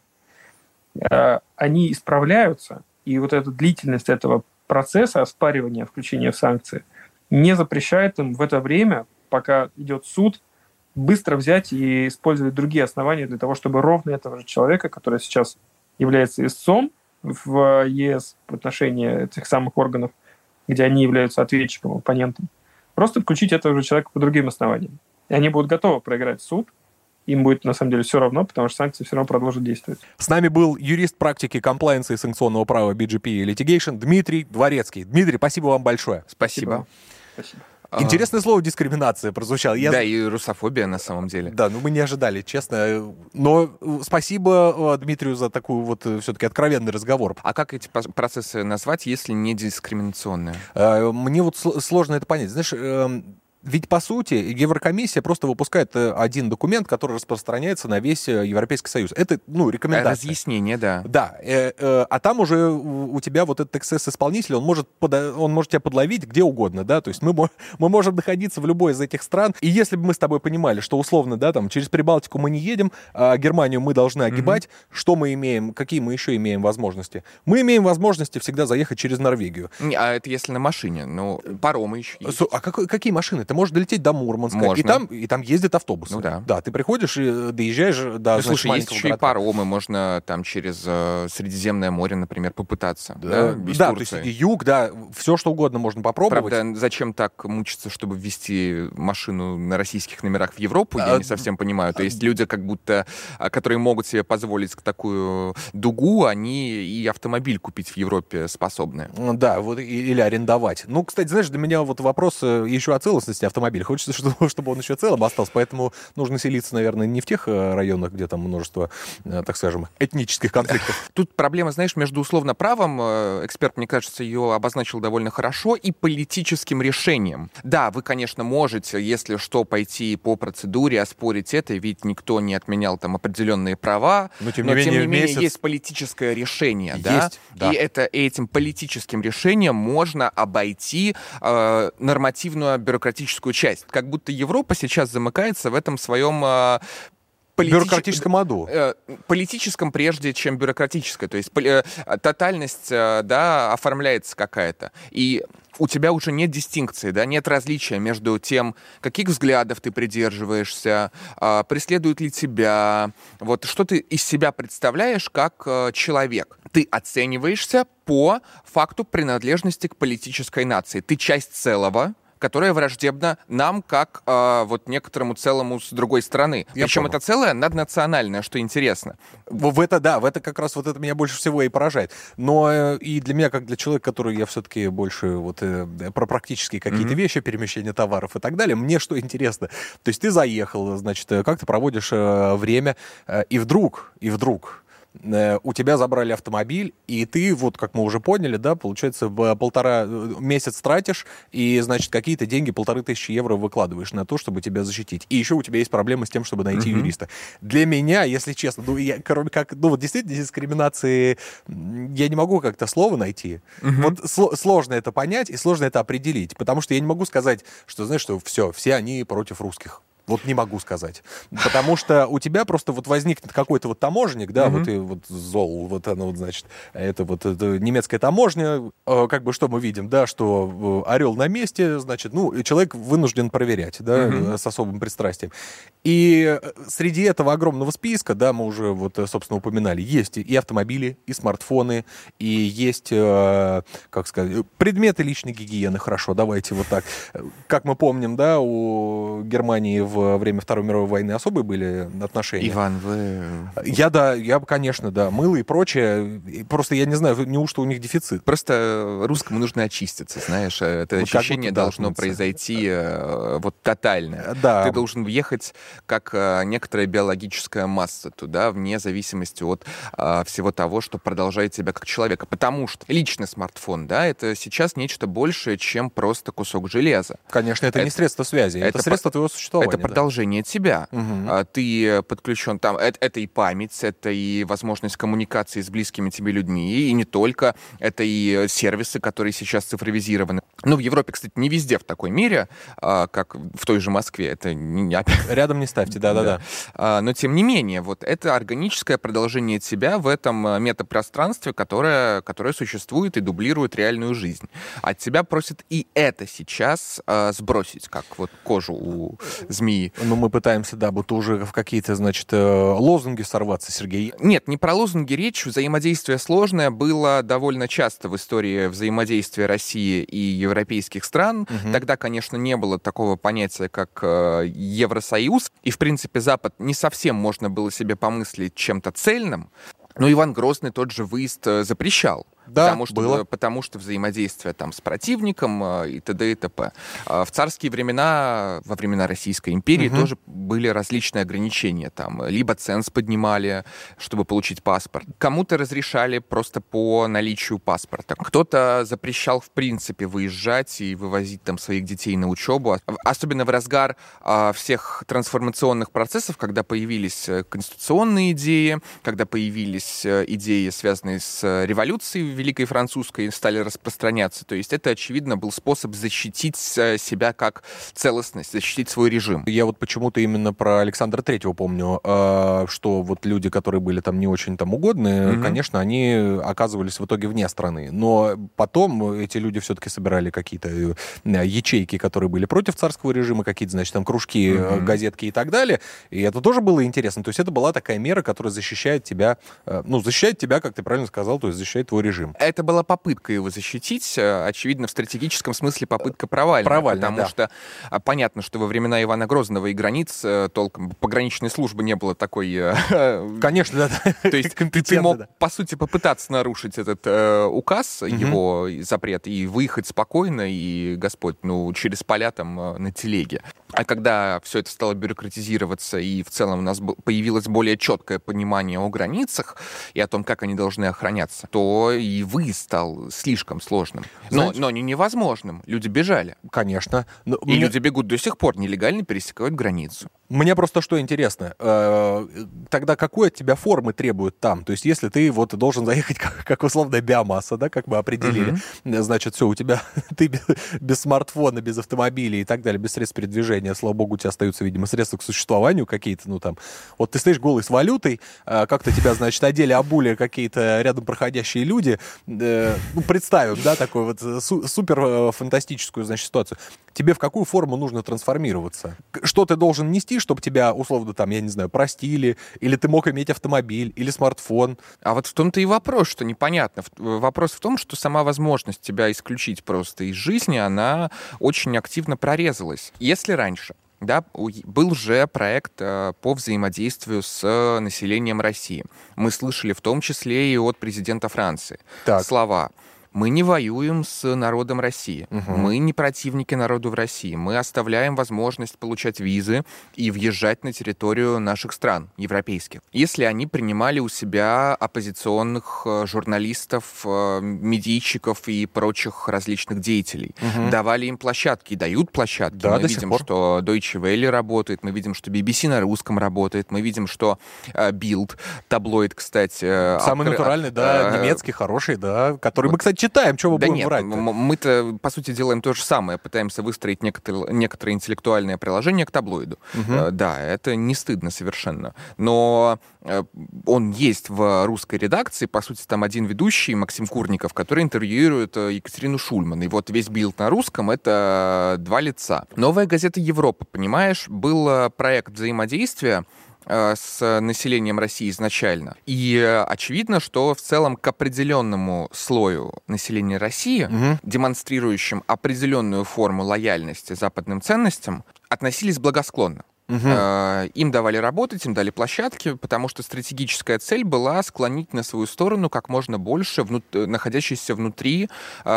э, они исправляются, и вот эта длительность этого процесса оспаривания включения в санкции не запрещает им в это время, пока идет суд, быстро взять и использовать другие основания для того, чтобы ровно этого же человека, который сейчас является истцом в ЕС в отношении этих самых органов, где они являются ответчиком, оппонентом, просто включить этого же человека по другим основаниям. И они будут готовы проиграть суд, им будет, на самом деле, все равно, потому что санкции все равно продолжат действовать. С нами был юрист практики комплаенса и санкционного права би джи пи Litigation Дмитрий Дворецкий. Дмитрий, спасибо вам большое. Спасибо. Спасибо. Интересное слово «дискриминация» прозвучало. Я... Да, и русофобия на самом деле. Да, ну мы не ожидали, честно. Но спасибо Дмитрию за такой вот все-таки откровенный разговор. А как эти процессы назвать, если не дискриминационные? Мне вот сложно это понять. Знаешь, ведь, по сути, Еврокомиссия просто выпускает один документ, который распространяется на весь Европейский Союз. Это, ну, рекомендация. Разъяснение, да. Да. Э, э, а там уже у тебя вот этот эксцесс-исполнитель, он может, подо... он может тебя подловить где угодно, да, то есть мы, мы можем находиться в любой из этих стран, и если бы мы с тобой понимали, что условно, да, там, через Прибалтику мы не едем, а Германию мы должны огибать, mm-hmm. что мы имеем, какие мы еще имеем возможности? Мы имеем возможности всегда заехать через Норвегию. А это если на машине, ну, паромы еще есть. А как, какие машины? ты можешь долететь до Мурманска, Можно. и там, и там ездят автобусы. Ну да. Да, ты приходишь и доезжаешь до, ну, значит, слушай, есть еще городка. и паромы, можно там через э, Средиземное море, например, попытаться. Да, да, без да, Турции. то есть и юг, да, все что угодно можно попробовать. Правда, зачем так мучиться, чтобы ввести машину на российских номерах в Европу, я а, не совсем понимаю. То есть люди, как будто, которые могут себе позволить такую дугу, они и автомобиль купить в Европе способны. Да, вот или арендовать. Ну, кстати, знаешь, для меня вот вопрос еще о целостности автомобиля. Хочется, чтобы, чтобы он еще целым остался, поэтому нужно селиться, наверное, не в тех районах, где там множество, так скажем, этнических конфликтов. Тут проблема, знаешь, между условно правом, эксперт, мне кажется, ее обозначил довольно хорошо, и политическим решением. Да, вы, конечно, можете, если что, пойти по процедуре, оспорить это, ведь никто не отменял там определенные права, но тем но, не тем менее, не менее месяц... есть политическое решение, есть, да? да. И это, этим политическим решением можно обойти э, нормативную бюрократическую часть. Как будто Европа сейчас замыкается в этом своем... Э, Политич... бюрократическом аду. Э, политическом прежде, чем бюрократическое. То есть э, тотальность, э, да, оформляется какая-то. И у тебя уже нет дистинкции, да, нет различия между тем, каких взглядов ты придерживаешься, э, преследуют ли тебя, вот что ты из себя представляешь как э, человек. Ты оцениваешься по факту принадлежности к политической нации. Ты часть целого, которая враждебна нам, как э, вот некоторому целому с другой стороны. Я Причем понял. это целое наднациональное, что интересно. В, в это, да, в это как раз вот это меня больше всего и поражает. Но э, и для меня, как для человека, который я все-таки больше вот э, про практические какие-то mm-hmm. вещи, перемещение товаров и так далее, мне что интересно. То есть ты заехал, значит, как ты проводишь э, время, э, и вдруг, и вдруг... у тебя забрали автомобиль, и ты, вот как мы уже поняли, да, получается, в полтора месяц тратишь, и, значит, какие-то деньги, полторы тысячи евро выкладываешь на то, чтобы тебя защитить. И еще у тебя есть проблемы с тем, чтобы найти mm-hmm. юриста. Для меня, если честно, ну, я, кроме как, ну, вот действительно, дискриминации, я не могу как-то слово найти. Mm-hmm. Вот сло- сложно это понять, и сложно это определить, потому что я не могу сказать, что, знаешь, что все, все они против русских. Вот не могу сказать. Потому что у тебя просто вот возникнет какой-то вот таможенник, да, mm-hmm. вот и вот ЗОЛ, вот оно вот, значит, это вот это немецкая таможня, э, как бы что мы видим, да, что орел на месте, значит, ну, человек вынужден проверять, да, mm-hmm. с особым пристрастием. И среди этого огромного списка, да, мы уже вот, собственно, упоминали, есть и автомобили, и смартфоны, и есть, э, как сказать, предметы личной гигиены, хорошо, давайте вот так. Как мы помним, да, у Германии в во время Второй мировой войны особые были отношения. Иван, вы... Я, да, я, конечно, да, мыло и прочее. Просто я не знаю, неужто у них дефицит. Просто русскому нужно очиститься, знаешь. Это вот ощущение должно да, произойти э, вот тотально. Да. Ты должен въехать как э, некоторая биологическая масса туда, вне зависимости от э, всего того, что продолжает тебя как человека. Потому что личный смартфон, да, это сейчас нечто большее, чем просто кусок железа. Конечно, это, это не средство связи, это, это средство по... твоего существования. Это продолжение тебя. Угу. Ты подключен там, это, это и память, это и возможность коммуникации с близкими тебе людьми, и не только, это и сервисы, которые сейчас цифровизированы. Ну, в Европе, кстати, не везде в такой мере, как в той же Москве. Это не... Рядом не ставьте, да-да-да. Но, тем не менее, вот это органическое продолжение тебя в этом метапространстве, которое, которое существует и дублирует реальную жизнь. От тебя просят и это сейчас сбросить, как вот кожу у змеи. Ну, мы пытаемся, да, будто уже в какие-то, значит, лозунги сорваться, Сергей. Нет, не про лозунги речь. Взаимодействие сложное было довольно часто в истории взаимодействия России и европейских стран. Угу. Тогда, конечно, не было такого понятия, как э, Евросоюз. И, в принципе, Запад не совсем можно было себе помыслить чем-то цельным. Но Иван Грозный тот же выезд запрещал. Да, потому что, было. Потому что взаимодействие там с противником и т.д. и т.п. В царские времена, во времена Российской империи угу. тоже были различные ограничения. Там, либо ценз поднимали, чтобы получить паспорт. Кому-то разрешали просто по наличию паспорта. Кто-то запрещал в принципе выезжать и вывозить там своих детей на учебу. Особенно в разгар а, всех трансформационных процессов, когда появились конституционные идеи, когда появились идеи, связанные с революцией в Великой Французской стали распространяться. То есть это, очевидно, был способ защитить себя как целостность, защитить свой режим. Я вот почему-то именно про Александра Третьего помню, что вот люди, которые были там не очень там угодны, mm-hmm. конечно, они оказывались в итоге вне страны. Но потом эти люди все-таки собирали какие-то ячейки, которые были против царского режима, какие-то, значит, там кружки, mm-hmm. газетки и так далее. И это тоже было интересно. То есть это была такая мера, которая защищает тебя, ну, защищает тебя, как ты правильно сказал, то есть защищает твой режим. Это была попытка его защитить. Очевидно, в стратегическом смысле попытка провальная. Провальная, потому да. что понятно, что во времена Ивана Грозного и границ толком пограничной службы не было такой... Конечно, да. То есть ты мог, да. по сути, попытаться нарушить этот э, указ, угу. его запрет, и выехать спокойно, и, Господь, ну, через поля там на телеге. А когда все это стало бюрократизироваться, и в целом у нас появилось более четкое понимание о границах и о том, как они должны охраняться, то и выезд стал слишком сложным. Но, но не невозможным. Люди бежали. Конечно. Но и мне... люди бегут до сих пор, нелегально пересекают границу. Мне просто что интересно, э, тогда какой от тебя формы требуют там? То есть если ты вот должен заехать как, как условная биомасса, да, как мы определили, uh-huh. значит, все, у тебя, ты без, без смартфона, без автомобиля и так далее, без средств передвижения, слава богу, у тебя остаются, видимо, средства к существованию какие-то, ну там, вот ты стоишь голый с валютой, э, как-то тебя, значит, одели, обули какие-то рядом проходящие люди, э, ну, представим, да, такую вот су- супер фантастическую, значит, ситуацию. Тебе в какую форму нужно трансформироваться? Что ты должен нести, чтобы тебя, условно, там, я не знаю, простили, или ты мог иметь автомобиль, или смартфон? А вот в том-то и вопрос, что непонятно. Вопрос в том, что сама возможность тебя исключить просто из жизни, она очень активно прорезалась. Если раньше, да, был же проект по взаимодействию с населением России, мы слышали в том числе и от президента Франции так. слова: мы не воюем с народом России. Угу. Мы не противники народу в России. Мы оставляем возможность получать визы и въезжать на территорию наших стран, европейских. Если они принимали у себя оппозиционных журналистов, медийщиков и прочих различных деятелей, угу. давали им площадки, дают площадки. Да, мы видим, что Deutsche Welle работает, мы видим, что би би си на русском работает, мы видим, что Bild, таблоид, кстати... Самый откры... натуральный, да, а, немецкий, хороший, да, который вот. Мы, кстати, читаем, чего мы да будем нет, врать. Мы-то, по сути, делаем то же самое. Пытаемся выстроить некоторые, некоторые интеллектуальные приложения к таблоиду. Uh-huh. Да, это не стыдно совершенно. Но он есть в русской редакции. По сути, там один ведущий, Максим Курников, который интервьюирует Екатерину Шульман. И вот весь Билд на русском — это два лица. Новая газета «Европа», понимаешь, был проект взаимодействия с населением России изначально. И очевидно, что в целом к определенному слою населения России, угу. демонстрирующим определенную форму лояльности западным ценностям, относились благосклонно. Угу. Им давали работать, им дали площадки, потому что стратегическая цель была склонить на свою сторону как можно больше внут... находящихся внутри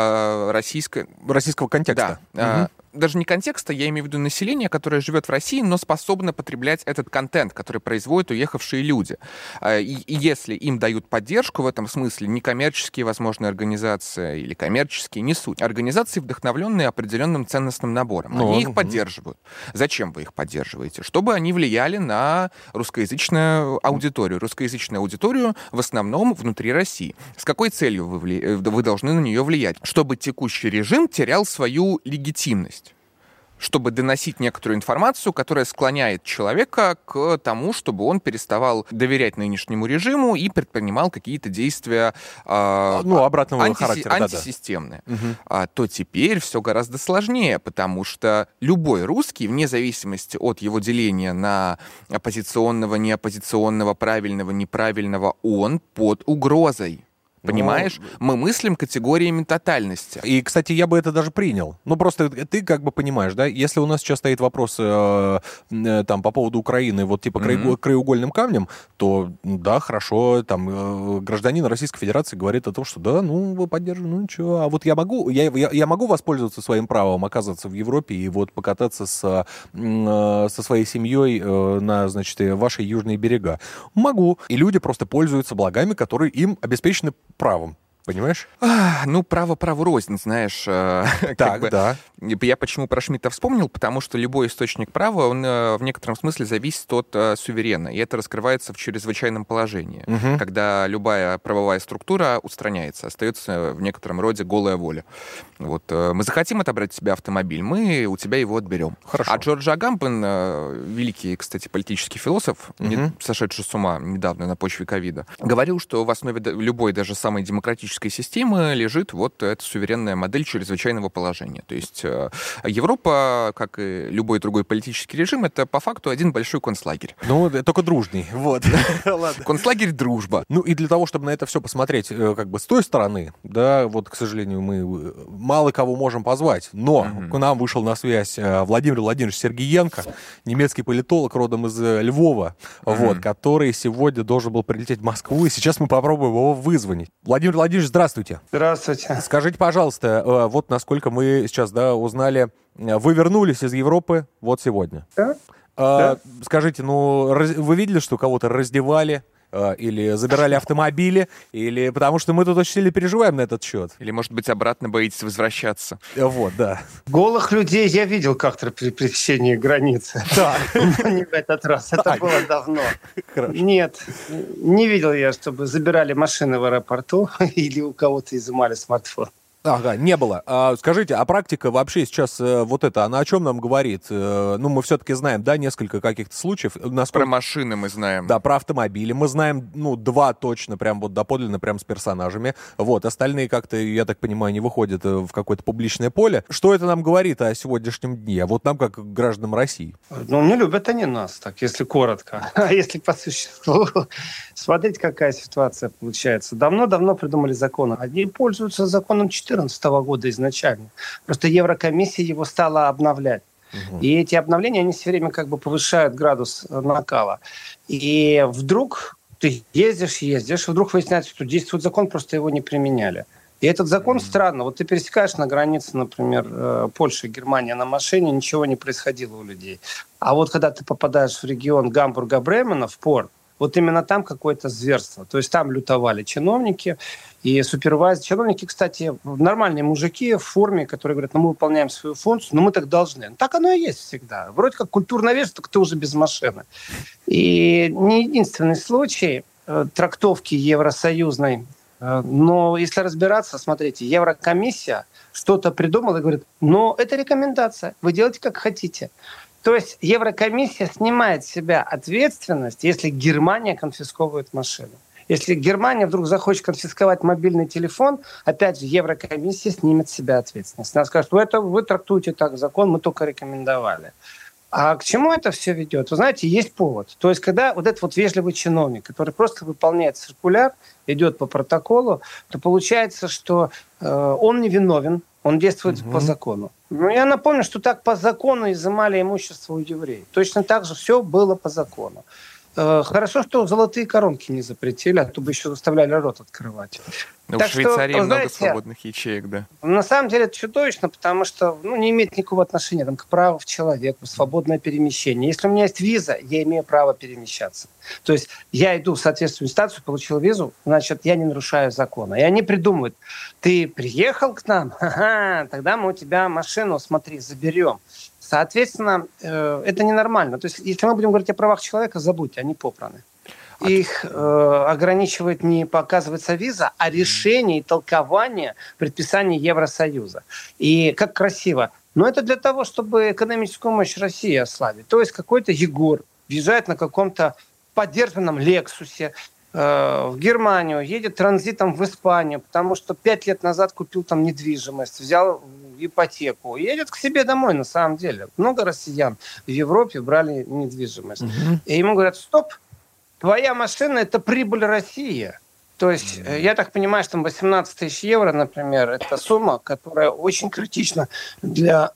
э, российской... российского контекста. Да. Угу. Даже не контекста, я имею в виду население, которое живет в России, но способно потреблять этот контент, который производят уехавшие люди. И, и если им дают поддержку в этом смысле, некоммерческие, возможно, организации или коммерческие, не суть. Организации, вдохновленные определенным ценностным набором. Они ну, их угу. поддерживают. Зачем вы их поддерживаете? Чтобы они влияли на русскоязычную аудиторию. Русскоязычную аудиторию в основном внутри России. С какой целью вы, вли... вы должны на нее влиять? Чтобы текущий режим терял свою легитимность. Чтобы доносить некоторую информацию, которая склоняет человека к тому, чтобы он переставал доверять нынешнему режиму и предпринимал какие-то действия э, ну, обратного анти- характера, антисистемные. Да, да. Угу. А, то теперь все гораздо сложнее, потому что любой русский, вне зависимости от его деления на оппозиционного, неоппозиционного, правильного, неправильного, он под угрозой. Понимаешь? Но... Мы мыслим категориями тотальности. И, кстати, я бы это даже принял. Ну, просто ты как бы понимаешь, да, если у нас сейчас стоит вопрос э, э, там, по поводу Украины, вот типа mm-hmm. краеугольным камнем, то, да, хорошо, там, э, гражданин Российской Федерации говорит о том, что да, ну, вы поддерживаете, ну, ничего, а вот я могу, я, я, я могу воспользоваться своим правом оказаться в Европе и вот покататься с, э, со своей семьей э, на, значит, ваши южные берега. Могу. И люди просто пользуются благами, которые им обеспечены правом. Понимаешь? А, ну, право праву рознь, знаешь. Так, бы, да. Я почему про Шмидта вспомнил? Потому что любой источник права, он в некотором смысле зависит от суверена. И это раскрывается в чрезвычайном положении, угу. когда любая правовая структура устраняется, остается в некотором роде голая воля. Вот. Мы захотим отобрать у тебя автомобиль, мы у тебя его отберем. Хорошо. А Джордж Агамбен, великий, кстати, политический философ, угу. сошедший с ума недавно на почве ковида, говорил, что в основе любой, даже самой демократической системы лежит вот эта суверенная модель чрезвычайного положения. То есть Европа, как и любой другой политический режим, это по факту один большой концлагерь. Ну, только дружный. Вот. Концлагерь дружба. Ну и для того, чтобы на это все посмотреть как бы с той стороны, да, вот, к сожалению, мы мало кого можем позвать, но mm-hmm. к нам вышел на связь Владимир Владимирович Сергиенко, немецкий политолог, родом из Львова, mm-hmm. вот, который сегодня должен был прилететь в Москву, и сейчас мы попробуем его вызвонить. Владимир Владимирович, здравствуйте. Здравствуйте. Скажите, пожалуйста, вот насколько мы сейчас, да, узнали, вы вернулись из Европы вот сегодня. Да. А, да. Скажите, ну, раз, вы видели, что кого-то раздевали? Или забирали автомобили, или потому что мы тут очень сильно переживаем на этот счет. Или, может быть, обратно боитесь возвращаться. Вот, да. Голых людей я видел как-то при пересечении границы. Да. Не в этот раз, это было давно. Нет, не видел я, чтобы забирали машины в аэропорту или у кого-то изымали смартфон. Ага, не было. А, скажите, а практика вообще сейчас э, вот это, она о чем нам говорит? Э, ну, мы все-таки знаем, да, несколько каких-то случаев. Насколько... Про машины мы знаем. Да, про автомобили. Мы знаем, ну, два точно, прям вот доподлинно, прям с персонажами. Вот, остальные как-то, я так понимаю, не выходят в какое-то публичное поле. Что это нам говорит о сегодняшнем дне? Вот нам, как гражданам России. Ну, не любят они нас, так, если коротко. А если по существу, смотрите, какая ситуация получается. Давно-давно придумали закон. Они пользуются законом четыре. две тысячи четырнадцатого года изначально. Просто Еврокомиссия его стала обновлять. Угу. И эти обновления, они все время как бы повышают градус накала. И вдруг ты ездишь, ездишь, вдруг выясняется, что действует закон, просто его не применяли. И этот закон mm-hmm. странно. Вот ты пересекаешь на границе, например, Польша и Германия на машине, ничего не происходило у людей. А вот когда ты попадаешь в регион Гамбурга-Бремена, в порт, вот именно там какое-то зверство. То есть там лютовали чиновники и супервайзеры. Чиновники, кстати, нормальные мужики в форме, которые говорят, ну мы выполняем свою функцию, но мы так должны. Так оно и есть всегда. Вроде как культурная вещь, только ты уже без машины. И не единственный случай э, трактовки евросоюзной. Э, но если разбираться, смотрите, Еврокомиссия что-то придумала и говорит, ну это рекомендация, вы делайте как хотите. То есть Еврокомиссия снимает с себя ответственность, если Германия конфисковывает машину. Если Германия вдруг захочет конфисковать мобильный телефон, опять же, Еврокомиссия снимет с себя ответственность. Она скажет, вы, это, вы трактуете так закон, мы только рекомендовали. А к чему это все ведет? Вы знаете, есть повод. То есть, когда вот этот вот вежливый чиновник, который просто выполняет циркуляр, идет по протоколу, то получается, что э, он невиновен, он действует угу. по закону. Ну, я напомню, что так по закону изымали имущество у евреев. Точно так же все было по закону. Э, хорошо, что золотые коронки не запретили, а то бы еще заставляли рот открывать. Ну, в Швейцарии что, много знаете, свободных ячеек, да. На самом деле это чудовищно, потому что ну, не имеет никакого отношения там, к праву человека, свободное перемещение. Если у меня есть виза, я имею право перемещаться. То есть я иду в соответствующую инстанцию, получил визу, значит, я не нарушаю закона. И они придумывают, ты приехал к нам, ага, тогда мы у тебя машину, смотри, заберем. Соответственно, э, это ненормально. То есть если мы будем говорить о правах человека, забудьте, они попраны. Их э, ограничивает не показывается виза, а решение и толкование предписаний Евросоюза. И как красиво. Но это для того, чтобы экономическую мощь России ослабить. То есть какой-то Егор въезжает на каком-то подержанном Лексусе э, в Германию, едет транзитом в Испанию, потому что пять лет назад купил там недвижимость, взял ипотеку, едет к себе домой на самом деле. Много россиян в Европе брали недвижимость. Угу. И ему говорят, стоп, твоя машина – это прибыль России. То есть, mm-hmm. я так понимаю, что там восемнадцать тысяч евро, например, это сумма, которая очень критична для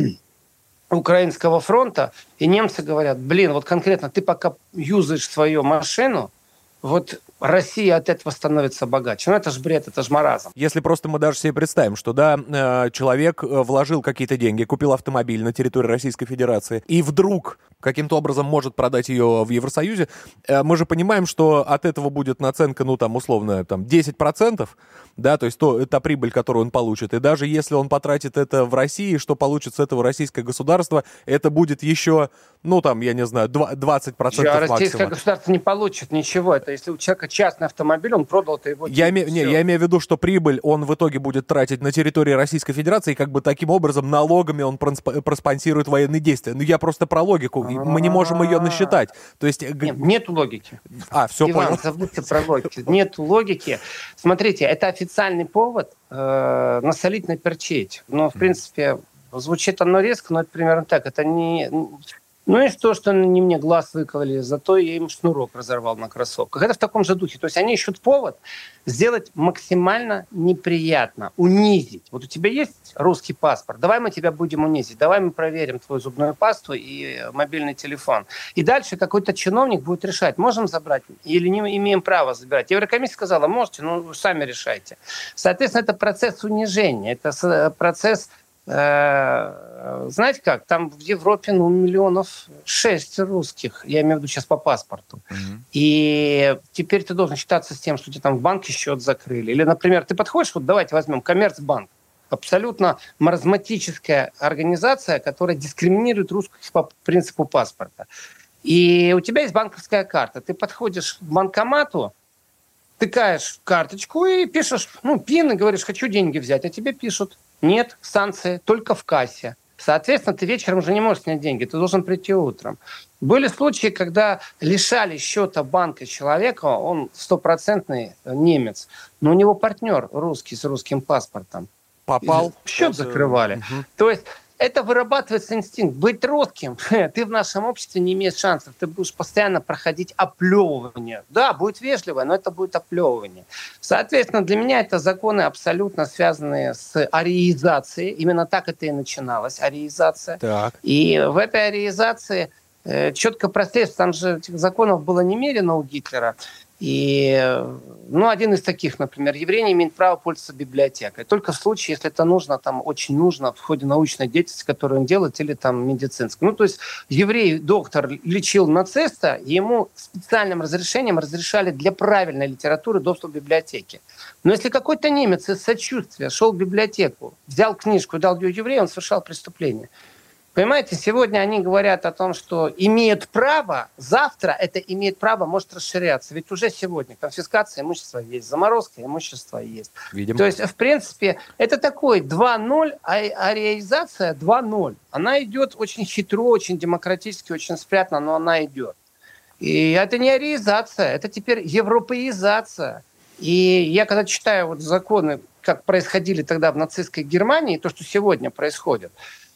украинского фронта. И немцы говорят, блин, вот конкретно ты пока юзаешь свою машину, вот Россия от этого становится богаче. Ну, это же бред, это же маразм. Если просто мы даже себе представим, что, да, человек вложил какие-то деньги, купил автомобиль на территории Российской Федерации, и вдруг каким-то образом может продать ее в Евросоюзе, мы же понимаем, что от этого будет наценка, ну, там, условно, там, десять процентов, да, то есть то, та прибыль, которую он получит. И даже если он потратит это в России, что получит с этого российское государство, это будет еще, ну, там, я не знаю, двадцать процентов а максимум. Российское государство не получит ничего. Это если у человека частный автомобиль, он продал-то его... Я, име, не, я имею в виду, что прибыль он в итоге будет тратить на территории Российской Федерации, и как бы таким образом налогами он просп- проспонсирует военные действия. Ну, я просто про логику. Мы не можем ее насчитать. То есть... Нет, нет логики. А, все, Иван, понял. забудьте про логику. Нет логики. Смотрите, это официальный повод э, насолить, наперчить. Но, в принципе, звучит оно резко, но это примерно так. Это не... Ну и что, что они мне глаз выкололи, зато я им шнурок разорвал на кроссовках. Это в таком же духе. То есть они ищут повод сделать максимально неприятно, унизить. Вот у тебя есть русский паспорт, давай мы тебя будем унизить, давай мы проверим твою зубную пасту и мобильный телефон. И дальше какой-то чиновник будет решать, можем забрать или не имеем права забирать. Еврокомиссия сказала, можете, ну сами решайте. Соответственно, это процесс унижения, это процесс... Знаете как, там в Европе ну, миллионов шесть русских, я имею в виду сейчас по паспорту. Mm-hmm. И теперь ты должен считаться с тем, что тебе там в банке счет закрыли. Или, например, ты подходишь, вот давайте возьмем Коммерцбанк. Абсолютно маразматическая организация, которая дискриминирует русских по принципу паспорта. И у тебя есть банковская карта. Ты подходишь к банкомату, тыкаешь карточку и пишешь, ну, пин, и говоришь, хочу деньги взять. А тебе пишут, нет, санкции только в кассе. Соответственно, ты вечером уже не можешь снять деньги, ты должен прийти утром. Были случаи, когда лишали счета банка человека, он стопроцентный немец, но у него партнер русский с русским паспортом. Попал. Счет закрывали. Угу. То есть это вырабатывается инстинкт. Быть русским, ты в нашем обществе не имеешь шансов. Ты будешь постоянно проходить оплевывание. Да, будет вежливое, но это будет оплевывание. Соответственно, для меня это законы абсолютно связанные с ариизацией. Именно так это и начиналось, ариизация. Так. И в этой ариизации э, четко прослеживается, там же этих законов было немерено у Гитлера. И, ну, один из таких, например, еврей не имеет права пользоваться библиотекой. Только в случае, если это нужно, там, очень нужно в ходе научной деятельности, которую он делает, или там медицинской. Ну, то есть еврей, доктор, лечил нациста, и ему специальным разрешением разрешали для правильной литературы доступ к библиотеке. Но если какой-то немец из сочувствия шел в библиотеку, взял книжку и дал ее еврею, он совершал преступление. Понимаете, сегодня они говорят о том, что имеют право, завтра это имеет право может расширяться. Ведь уже сегодня конфискация имущества есть, заморозка имущества есть. Видим. То есть, в принципе, это такой два ноль, а, а реализация два ноль. Она идет очень хитро, очень демократически, очень спрятанно, но она идет. И это не ариизация, это теперь европеизация. И я когда читаю вот законы, как происходили тогда в нацистской Германии, то, что сегодня происходит,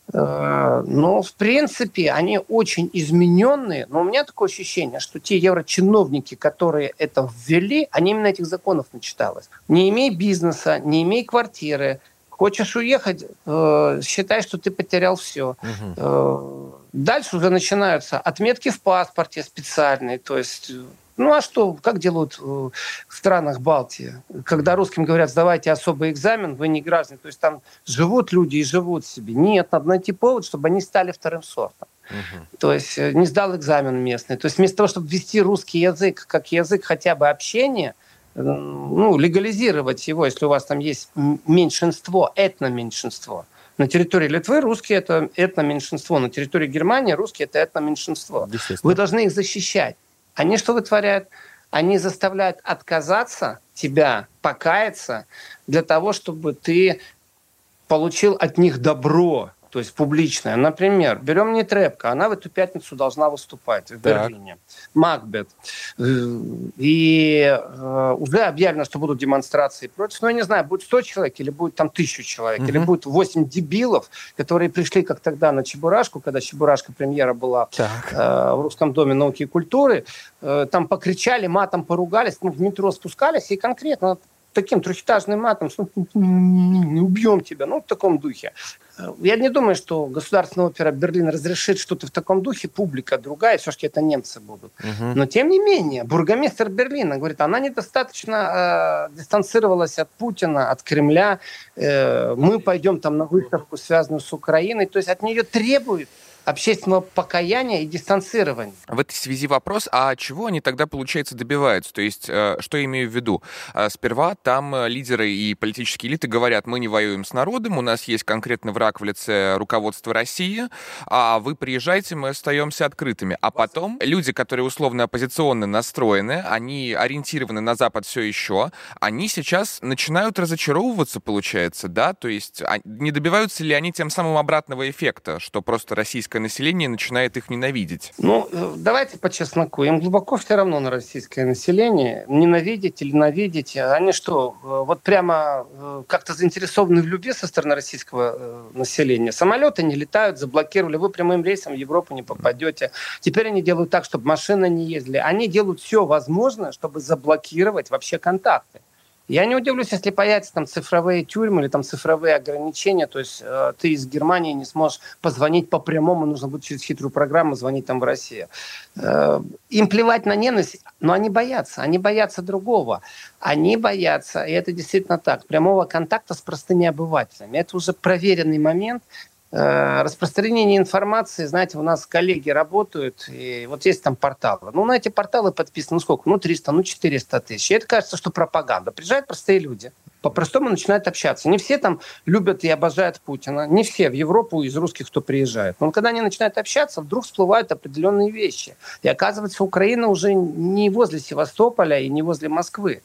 но, в принципе, они очень измененные. Но у меня такое ощущение, что те еврочиновники, которые это ввели, они именно этих законов начиталось. Не имей бизнеса, не имей квартиры. Хочешь уехать, считай, что ты потерял все. Угу. Дальше уже начинаются отметки в паспорте специальные. То есть... Ну а что, как делают в странах Балтии? Когда русским говорят, сдавайте особый экзамен, вы не граждане. То есть там живут люди и живут себе. Нет, надо найти повод, чтобы они стали вторым сортом. Угу. То есть не сдал экзамен местный. То есть вместо того, чтобы ввести русский язык как язык хотя бы общения, ну, легализировать его, если у вас там есть меньшинство, этноменьшинство. На территории Литвы русские – это этноменьшинство. На территории Германии русские – это этноменьшинство. Вы должны их защищать. Они что вытворяют? Они заставляют отказаться тебя, покаяться, для того, чтобы ты получил от них добро, то есть публичное. Например, берем Нетребко, она в эту пятницу должна выступать в так. Берлине. Макбет. И э, уже объявлено, что будут демонстрации против. Ну, я не знаю, будет сто человек, или будет там тысячу человек, mm-hmm. или будет восемь дебилов, которые пришли, как тогда, на Чебурашку, когда Чебурашка премьера была э, в Русском доме науки и культуры. Э, там покричали, матом поругались, ну, в метро спускались и конкретно таким трехэтажным матом, убьем тебя, ну, в таком духе. Я не думаю, что Государственная опера Берлин разрешит что-то в таком духе, публика другая, все-таки это немцы будут. Uh-huh. Но, тем не менее, бургомистр Берлина говорит, она недостаточно э, дистанцировалась от Путина, от Кремля, э, мы пойдем там на выставку, связанную с Украиной, то есть от нее требуют общественного покаяния и дистанцирования. В этой связи вопрос, а чего они тогда, получается, добиваются? То есть, э, что я имею в виду? Э, сперва там лидеры и политические элиты говорят, мы не воюем с народом, у нас есть конкретный враг в лице руководства России, а вы приезжайте, мы остаемся открытыми. А потом люди, которые условно оппозиционно настроены, они ориентированы на Запад все еще, они сейчас начинают разочаровываться, получается, да? То есть, не добиваются ли они тем самым обратного эффекта, что просто российское население начинает их ненавидеть? Ну, давайте по чесноку. Им глубоко все равно на российское население. Ненавидеть или ненавидеть. Они что, вот прямо как-то заинтересованы в любви со стороны российского населения? Самолеты не летают, заблокировали. Вы прямым рейсом в Европу не попадете. Теперь они делают так, чтобы машины не ездили. Они делают все возможное, чтобы заблокировать вообще контакты. Я не удивлюсь, если появятся там цифровые тюрьмы или там цифровые ограничения, то есть э, ты из Германии не сможешь позвонить по прямому, нужно будет через хитрую программу звонить там в Россию. Э, им плевать на ненависть, но они боятся, они боятся другого. Они боятся, и это действительно так, прямого контакта с простыми обывателями. Это уже проверенный момент. Распространение информации, знаете, у нас коллеги работают, и вот есть там порталы. Ну, на эти порталы подписано, ну, сколько? Ну, триста, ну, четыреста тысяч. И это кажется, что пропаганда. Приезжают простые люди, по-простому начинают общаться. Не все там любят и обожают Путина, не все в Европу из русских, кто приезжает. Но когда они начинают общаться, вдруг всплывают определенные вещи. И оказывается, Украина уже не возле Севастополя и не возле Москвы.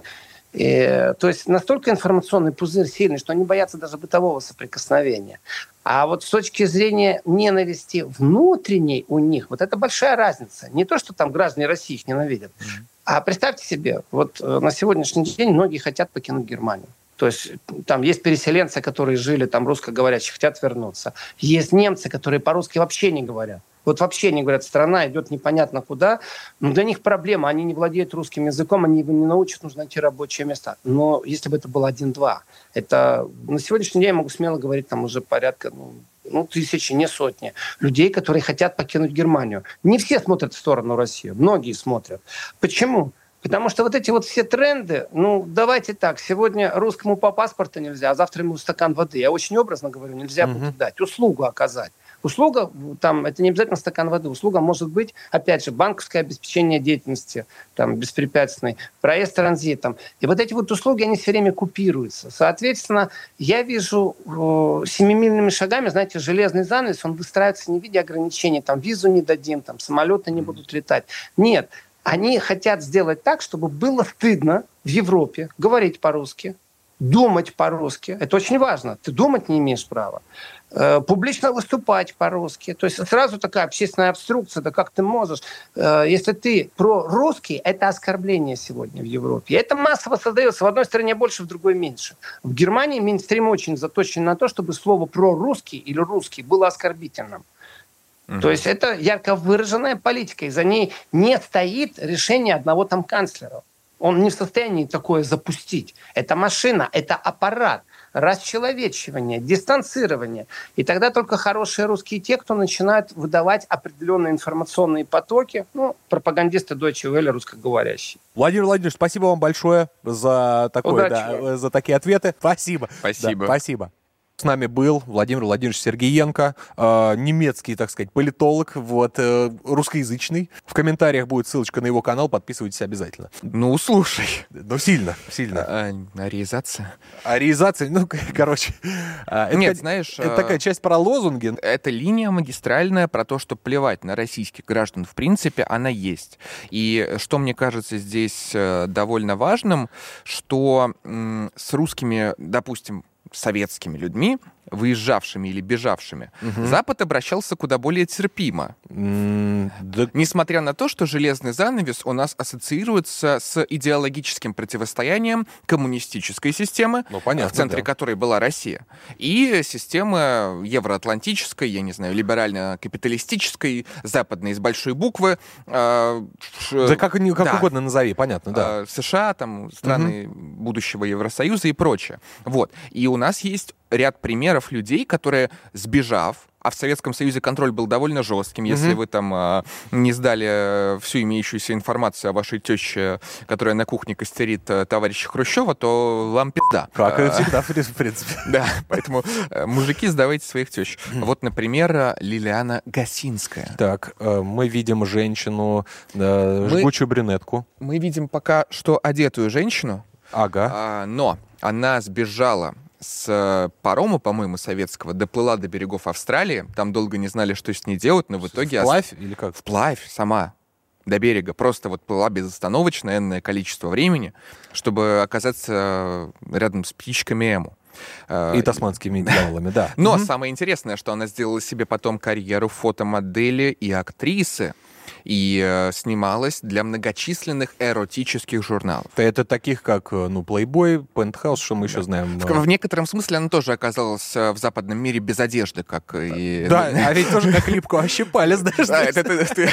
И, то есть настолько информационный пузырь сильный, что они боятся даже бытового соприкосновения. А вот с точки зрения ненависти внутренней у них, вот это большая разница. Не то, что там граждане России их ненавидят. Mm-hmm. А представьте себе, вот на сегодняшний день многие хотят покинуть Германию. То есть там есть переселенцы, которые жили там русскоговорящие, хотят вернуться. Есть немцы, которые по-русски вообще не говорят. Вот вообще не говорят, страна идет непонятно куда. Но для них проблема, они не владеют русским языком, они его не научат, нужно найти рабочие места. Но если бы это было один-два, это на сегодняшний день я могу смело говорить, там уже порядка ну, ну, тысячи, не сотни людей, которые хотят покинуть Германию. Не все смотрят в сторону России, многие смотрят. Почему? Потому что вот эти вот все тренды, ну, давайте так, сегодня русскому по паспорту нельзя, а завтра ему стакан воды. Я очень образно говорю, нельзя mm-hmm. будет дать, услугу оказать. Услуга, там, это не обязательно стакан воды. Услуга может быть, опять же, банковское обеспечение деятельности там, беспрепятственной, проезд транзитом. И вот эти вот услуги, они все время купируются. Соответственно, я вижу э, семимильными шагами, знаете, железный занавес, он выстраивается не в виде ограничений, там, визу не дадим, там, самолеты не будут летать. Нет, они хотят сделать так, чтобы было стыдно в Европе говорить по-русски, думать по-русски. Это очень важно. Ты думать не имеешь права. Публично выступать по-русски. То есть сразу такая общественная обструкция. Да как ты можешь? Если ты прорусский, это оскорбление сегодня в Европе. И это массово создается. В одной стране больше, в другой меньше. В Германии мейнстрим очень заточен на то, чтобы слово прорусский или русский было оскорбительным. Угу. То есть это ярко выраженная политика. И за ней не стоит решение одного там канцлера. Он не в состоянии такое запустить. Это машина, это аппарат. Расчеловечивание, дистанцирование. И тогда только хорошие русские те, кто начинают выдавать определенные информационные потоки, ну, пропагандисты Deutsche Welle, русскоговорящие. Владимир Владимирович, спасибо вам большое за, такое, да, за такие ответы. Спасибо. Спасибо. Да, спасибо. С нами был Владимир Владимирович Сергиенко, э, немецкий, так сказать, политолог, вот, э, русскоязычный. В комментариях будет ссылочка на его канал, подписывайтесь обязательно. Ну, слушай. Ну, сильно, сильно. А, ариизация? Ариизация, ну, короче. Это, Нет, знаешь... Это такая часть про лозунги. Эта линия магистральная про то, что плевать на российских граждан, в принципе, она есть. И что мне кажется здесь довольно важным, что м- с русскими, допустим, советскими людьми выезжавшими или бежавшими, угу. Запад обращался куда более терпимо. Mm, да... Несмотря на то, что железный занавес у нас ассоциируется с идеологическим противостоянием коммунистической системы, ну, понятно, в центре да. которой была Россия, и системы евроатлантической, я не знаю, либерально-капиталистической, западной с большой буквы. Э, ш... Да как, как да. угодно назови, понятно, да. Э, США, там, страны угу. будущего Евросоюза и прочее. Вот. И у нас есть ряд примеров людей, которые, сбежав, а в Советском Союзе контроль был довольно жестким, если mm-hmm. вы там а, не сдали всю имеющуюся информацию о вашей теще, которая на кухне костерит а, товарища Хрущева, то вам пизда. Как и всегда, в принципе. Да, поэтому мужики, сдавайте своих тещ. Вот, например, Лилиана Гасинская. Так, мы видим женщину, жгучую брюнетку. Мы видим пока что одетую женщину, ага. но она сбежала с парома, по-моему, советского, доплыла до берегов Австралии. Там долго не знали, что с ней делать, но в итоге... Вплавь ос... или как? Вплавь сама до берега. Просто вот плыла безостановочно энное количество времени, чтобы оказаться рядом с птичками Эму. И тасманскими дьяволами, да. Но самое интересное, что она сделала себе потом карьеру фотомодели и актрисы. И э, снималась для многочисленных эротических журналов. Это таких, как, ну, Playboy, Penthouse, что мы да. еще знаем. В, в некотором смысле она тоже оказалась в западном мире без одежды, как и... Да, а ведь тоже как липку ощипали, знаешь.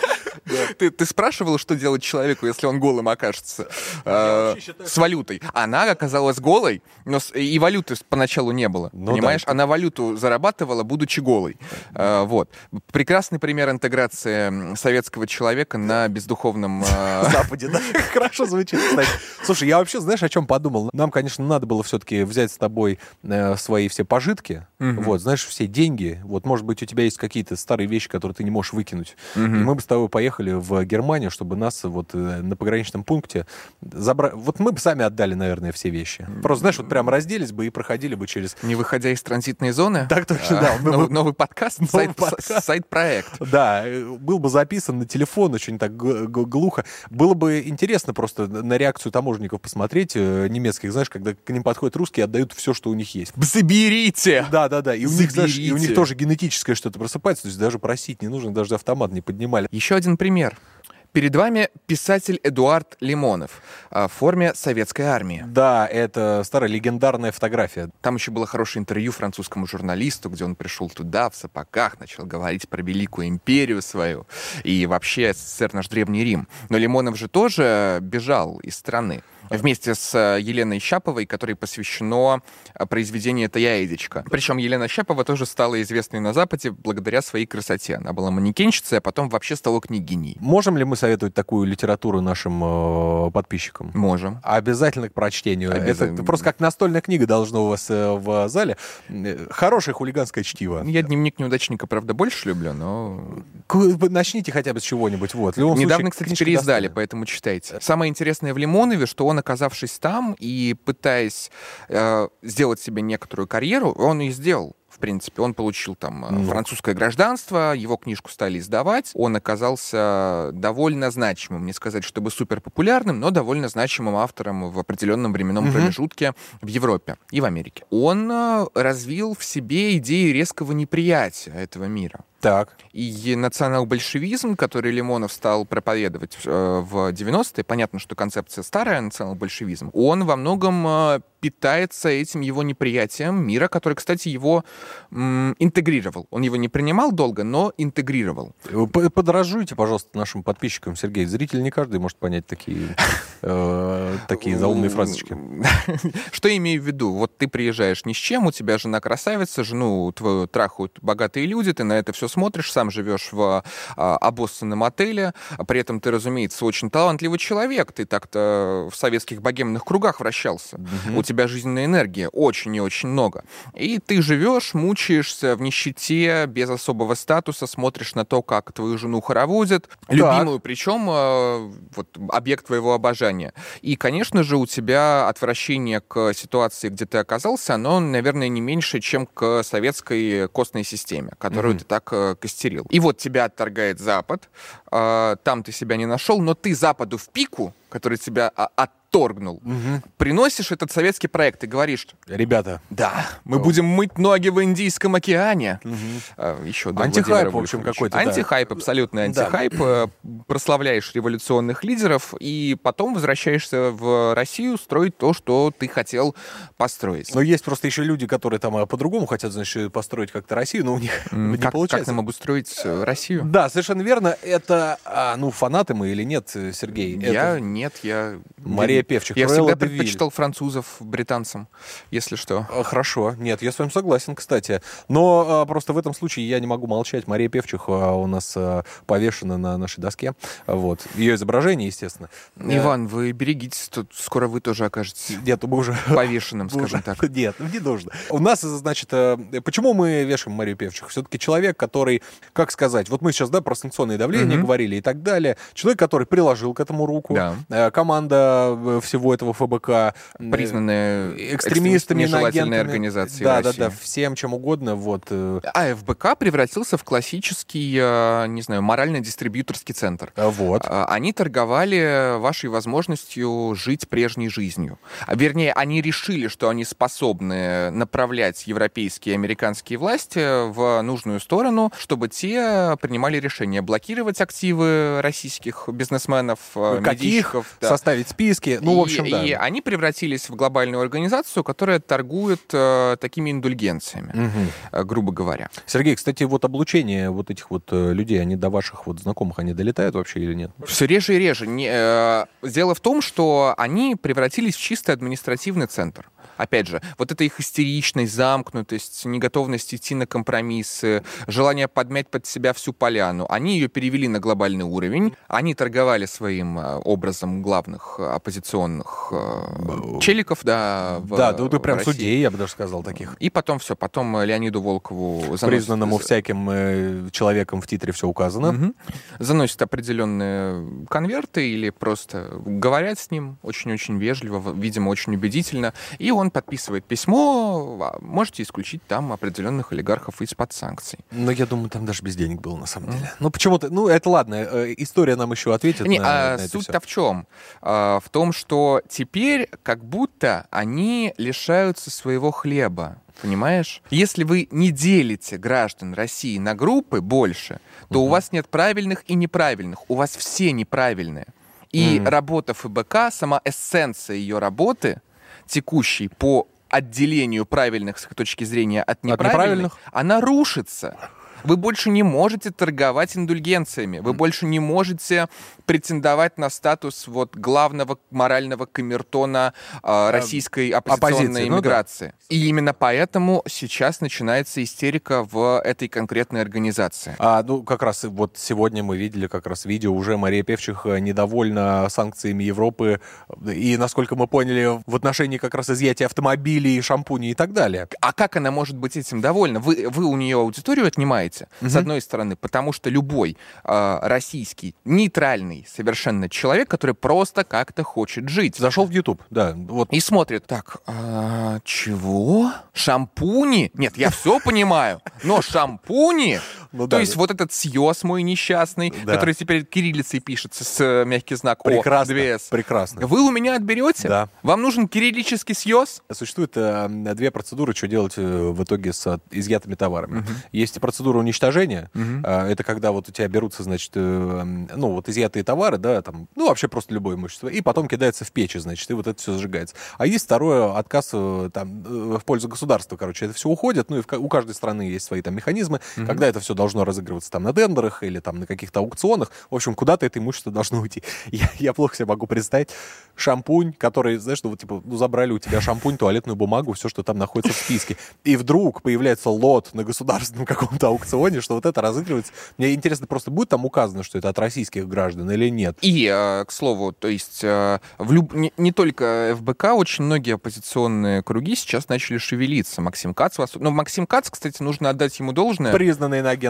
Ты, ты спрашивал, что делать человеку, если он голым окажется э, считаю, с валютой. Она оказалась голой, но с, и валюты поначалу не было. Ну, понимаешь? Да. Она валюту зарабатывала, будучи голой. Э, вот. Прекрасный пример интеграции советского человека на бездуховном э... Западе. Да? Хорошо звучит, кстати. Слушай, я вообще, знаешь, о чем подумал? Нам, конечно, надо было все-таки взять с тобой э, свои все пожитки. Mm-hmm. Вот, знаешь, все деньги. Вот, может быть, у тебя есть какие-то старые вещи, которые ты не можешь выкинуть. Mm-hmm. И мы бы с тобой поехали в Германию, чтобы нас вот на пограничном пункте забрать. Вот мы бы сами отдали, наверное, все вещи. Просто, знаешь, вот прям разделись бы и проходили бы через... Не выходя из транзитной зоны? Так точно, да. Новый, новый подкаст, сайт-проект. Да, был бы записан на телефон, очень так глухо. Было бы интересно просто на реакцию таможенников посмотреть, немецких, знаешь, когда к ним подходят русские и отдают все, что у них есть. Заберите! Да, да, да. И у них, знаешь, и у них тоже генетическое что-то просыпается, то есть даже просить не нужно, даже автомат не поднимали. Еще один пример. Перед вами писатель Эдуард Лимонов в форме советской армии. Да, это старая легендарная фотография. Там еще было хорошее интервью французскому журналисту, где он пришел туда в сапогах, начал говорить про великую империю свою и вообще СССР, наш Древний Рим. Но Лимонов же тоже бежал из страны. Вместе с Еленой Щаповой, которой посвящено произведение «Это я, Эдичка». Причем Елена Щапова тоже стала известной на Западе благодаря своей красоте. Она была манекенщицей, а потом вообще стала княгиней. Можем ли мы советовать такую литературу нашим э, подписчикам? Можем. Обязательно к прочтению. Это просто как настольная книга должна у вас э, в зале. Хорошее хулиганское чтиво. Я «Дневник неудачника», правда, больше люблю, но... Начните хотя бы с чего-нибудь. Вот. Недавно, кстати, переиздали, поэтому читайте. Самое интересное в Лимонове, что он, оказавшись там и пытаясь э, сделать себе некоторую карьеру, он и сделал. В принципе, он получил там ну. французское гражданство, его книжку стали издавать. Он оказался довольно значимым, не сказать, чтобы суперпопулярным, но довольно значимым автором в определенном временном mm-hmm. промежутке в Европе и в Америке. Он развил в себе идеи резкого неприятия этого мира. Так. И национал-большевизм, который Лимонов стал проповедовать э, в девяностые, понятно, что концепция старая, национал-большевизм, он во многом э, питается этим его неприятием мира, который, кстати, его м, интегрировал. Он его не принимал долго, но интегрировал. Подражуйте, пожалуйста, нашим подписчикам, Сергей. Зритель не каждый может понять такие, э, такие заумные фразочки. Что я имею в виду? Вот ты приезжаешь ни с чем, у тебя жена красавица, жену твою трахают богатые люди, ты на это все смотришь, сам живешь в а, обоссанном отеле, а при этом ты, разумеется, очень талантливый человек, ты так-то в советских богемных кругах вращался, mm-hmm. у тебя жизненной энергии очень и очень много, и ты живешь, мучаешься в нищете, без особого статуса, смотришь на то, как твою жену хороводят, так. любимую, причем а, вот, объект твоего обожания. И, конечно же, у тебя отвращение к ситуации, где ты оказался, оно, наверное, не меньше, чем к советской костной системе, которую mm-hmm. ты так костерил. И вот тебя отторгает Запад, э, там ты себя не нашел, но ты Западу в пику, который тебя а, отторгнул, угу. приносишь этот советский проект и говоришь: ребята, да, мы О. будем мыть ноги в Индийском океане. Угу. А, еще до антихайп, в общем, какой-то. Антихайп, да. абсолютный антихайп. Да. Прославляешь революционных лидеров и потом возвращаешься в Россию строить то, что ты хотел построить. Но есть просто еще люди, которые там по-другому хотят, значит, построить как-то Россию, но у них mm, не как, получается. Как нам обустроить Россию? Да, совершенно верно. Это, а, ну, фанаты мы или нет, Сергей? Я Это... нет, я... Мария Певчих. Я всегда предпочитал французов британцам, если что. Хорошо. Нет, я с вами согласен, кстати. Но а, просто в этом случае я не могу молчать. Мария Певчих а, у нас а, повешена на нашей доске. Вот. Ее изображение, естественно. Иван, вы берегитесь, тут скоро вы тоже окажетесь нет, мы уже... повешенным, скажем так. Нет, не нужно. У нас, значит, почему мы вешаем Марию Певчих? Все-таки человек, который, как сказать, вот мы сейчас, да, про санкционные давления mm-hmm. говорили и так далее. Человек, который приложил к этому руку. Да. Команда всего этого ФБК. Признанная экстремистами, нежелательной организацией да, России. Да, да, всем чем угодно. Вот. А ФБК превратился в классический, не знаю, морально-дистрибьюторский центр. Вот. Они торговали вашей возможностью жить прежней жизнью. Вернее, они решили, что они способны направлять европейские и американские власти в нужную сторону, чтобы те принимали решения блокировать активы российских бизнесменов, медийщиков. Да. Составить списки. Ну, и, в общем, да. И они превратились в глобальную организацию, которая торгует э, такими индульгенциями, угу. э, грубо говоря. Сергей, кстати, вот облучение вот этих вот людей, они до ваших вот знакомых, они долетают вообще или нет? Все реже и реже. Не, э, дело в том, что они превратились в чисто административный центр. Опять же, вот эта их истеричность, замкнутость, неготовность идти на компромиссы, желание подмять под себя всю поляну, они ее перевели на глобальный уровень. Они торговали своим образом главных оппозиционных э, челиков, да, в Да, да, ты прям России. Судей, я бы даже сказал, таких. И потом все, потом Леониду Волкову заносит... Признанному всяким э, человеком в титре все указано. Угу. Заносят определенные конверты или просто говорят с ним очень-очень вежливо, видимо, очень убедительно, и он подписывает письмо, можете исключить там определенных олигархов из-под санкций. Но я думаю, там даже без денег было, на самом деле. Ну, почему-то, ну, это ладно, история нам еще ответит. Не, на, а на суть-то в чем? А, в том, что теперь как будто они лишаются своего хлеба. Понимаешь? Если вы не делите граждан России на группы больше, то угу. у вас нет правильных и неправильных. У вас все неправильные. И угу. работа ФБК, сама эссенция ее работы, текущей по отделению правильных с их точки зрения от неправильных, от неправильных, она рушится. Вы больше не можете торговать индульгенциями, вы больше не можете претендовать на статус вот главного морального камертона э, российской оппозиционной иммиграции. Ну, да. И именно поэтому сейчас начинается истерика в этой конкретной организации. А, ну, как раз вот сегодня мы видели как раз видео, уже Мария Певчих недовольна санкциями Европы и, насколько мы поняли, в отношении как раз изъятия автомобилей, шампуней и так далее. А как она может быть этим довольна? Вы, вы у нее аудиторию отнимаете? Угу. С одной стороны, потому что любой э, российский, нейтральный совершенно человек, который просто как-то хочет жить. Зашел в YouTube, да. Вот. И смотрит, так, а, чего? Шампуни? Нет, я все понимаю, но шампуни? Ну, То да, есть да. вот этот сьёс мой несчастный, да. который теперь кириллицей пишется с мягкий знак прекрасно, О, две эс. Прекрасно. Вы у меня отберете? Да. Вам нужен кириллический сьёс? Существует э, две процедуры, что делать э, в итоге с э, изъятыми товарами. Угу. Есть процедура уничтожения. Угу. Э, это когда вот у тебя берутся, значит, э, ну, вот изъятые товары, да, там, ну, вообще просто любое имущество, и потом кидается в печи, значит, и вот это все сжигается. А есть второе, отказ э, там, э, в пользу государства, короче, это все уходит, ну, и в, у каждой страны есть свои там механизмы, угу. когда это все должно разыгрываться там на тендерах или там на каких-то аукционах. В общем, куда-то это имущество должно уйти. Я, я плохо себе могу представить шампунь, который, знаешь, ну, вот, типа, ну, забрали у тебя шампунь, туалетную бумагу, все, что там находится в списке. И вдруг появляется лот на государственном каком-то аукционе, что вот это разыгрывается. Мне интересно, просто будет там указано, что это от российских граждан или нет? И, э, к слову, то есть э, в люб... не, не только эф бэ ка, очень многие оппозиционные круги сейчас начали шевелиться. Максим Кац, вас... но Максим Кац, кстати, нужно отдать ему должное. Признанный иноагент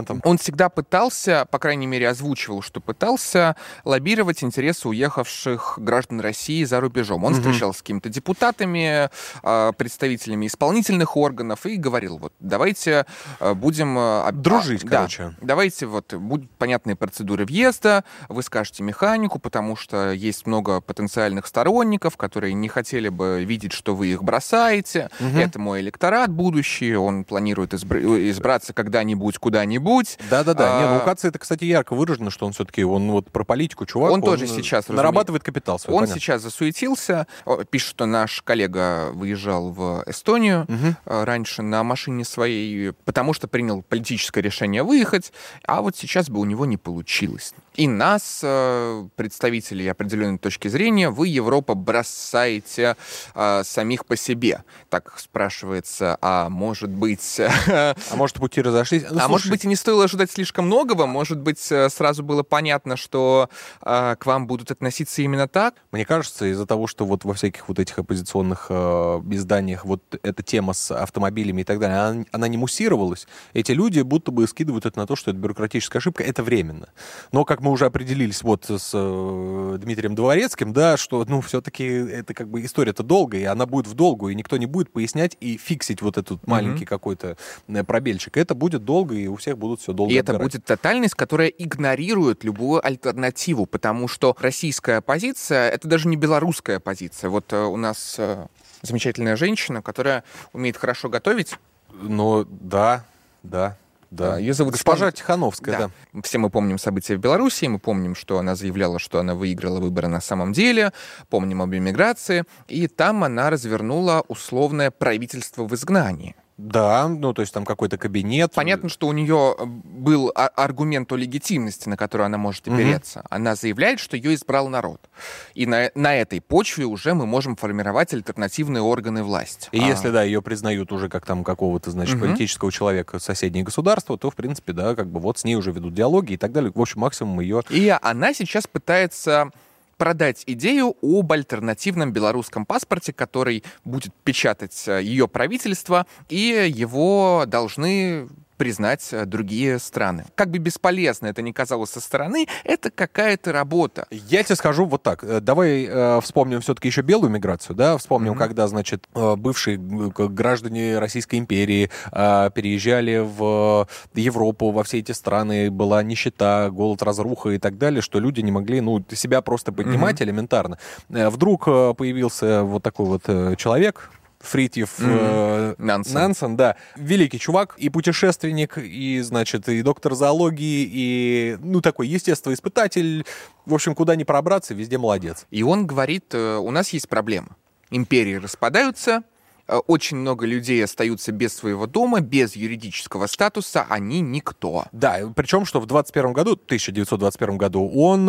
президентом. Он всегда пытался, по крайней мере, озвучивал, что пытался лоббировать интересы уехавших граждан России за рубежом. Он угу. встречался с какими-то депутатами, представителями исполнительных органов и говорил, вот, давайте будем... Дружить, а, короче. Да, давайте, вот, будут понятные процедуры въезда, вы скажете механику, потому что есть много потенциальных сторонников, которые не хотели бы видеть, что вы их бросаете. Угу. Это мой электорат будущий, он планирует избр- избраться когда-нибудь куда-нибудь. Да-да-да. А... Не, ну, у Каца это, кстати, ярко выражено, что он все-таки, он вот про политику чувак. Он, он тоже сейчас, нарабатывает капитал свой. Он понятно. сейчас засуетился. Пишет, что наш коллега выезжал в Эстонию угу. раньше на машине своей, потому что принял политическое решение выехать, а вот сейчас бы у него не получилось. И нас, представителей определенной точки зрения, вы, Европа, бросаете а, самих по себе. Так спрашивается, а может быть... А может, пути разошлись? Ну, а может быть, и не стоило ожидать слишком многого? Может быть, сразу было понятно, что а, к вам будут относиться именно так? Мне кажется, из-за того, что вот во всяких вот этих оппозиционных э, изданиях вот эта тема с автомобилями и так далее, она, она не муссировалась, эти люди будто бы скидывают это на то, что это бюрократическая ошибка, это временно. Но, как мы уже определились вот с э, Дмитрием Дворецким, да, что, ну, все-таки это как бы история-то долгая, и она будет в долгую, и никто не будет пояснять и фиксить вот этот mm-hmm. маленький какой-то пробельчик. Это будет долго, и у всех будут все долго И отбирать. Это будет тотальность, которая игнорирует любую альтернативу, потому что российская оппозиция — это даже не белорусская оппозиция. Вот э, у нас э, замечательная женщина, которая умеет хорошо готовить. Ну, да, да. Да. Ее зовут госпожа Тихановская, да. да. Все мы помним события в Беларуси, мы помним, что она заявляла, что она выиграла выборы на самом деле, помним об эмиграции, и там она развернула условное правительство в изгнании. Да, ну, то есть там какой-то кабинет. Понятно, что у нее был аргумент о легитимности, на который она может опереться. Угу. Она заявляет, что ее избрал народ. И на, на этой почве уже мы можем формировать альтернативные органы власти. И а... если, да, ее признают уже как там какого-то, значит, угу. политического человека соседнее государство, то, в принципе, да, как бы вот с ней уже ведут диалоги и так далее. В общем, максимум ее... И она сейчас пытается... продать идею об альтернативном белорусском паспорте, который будет печатать ее правительство, и его должны признать другие страны. Как бы бесполезно это ни казалось со стороны, это какая-то работа. Я тебе скажу вот так. Давай э, вспомним все-таки еще белую миграцию, да? Вспомним, mm-hmm. когда, значит, бывшие граждане Российской империи э, переезжали в Европу, во все эти страны, была нищета, голод, разруха и так далее, что люди не могли, ну, себя просто поднимать mm-hmm. элементарно. Вдруг появился вот такой вот человек, Фритьев mm-hmm. э, Нансен. Нансен, да. Великий чувак, и путешественник, и, значит, и доктор зоологии, и, ну, такой естествоиспытатель. В общем, куда ни пробраться, везде молодец. И он говорит, у нас есть проблема. Империи распадаются, очень много людей остаются без своего дома, без юридического статуса, они никто. Да, причем, что в двадцать первом году, тысяча девятьсот двадцать первом году, он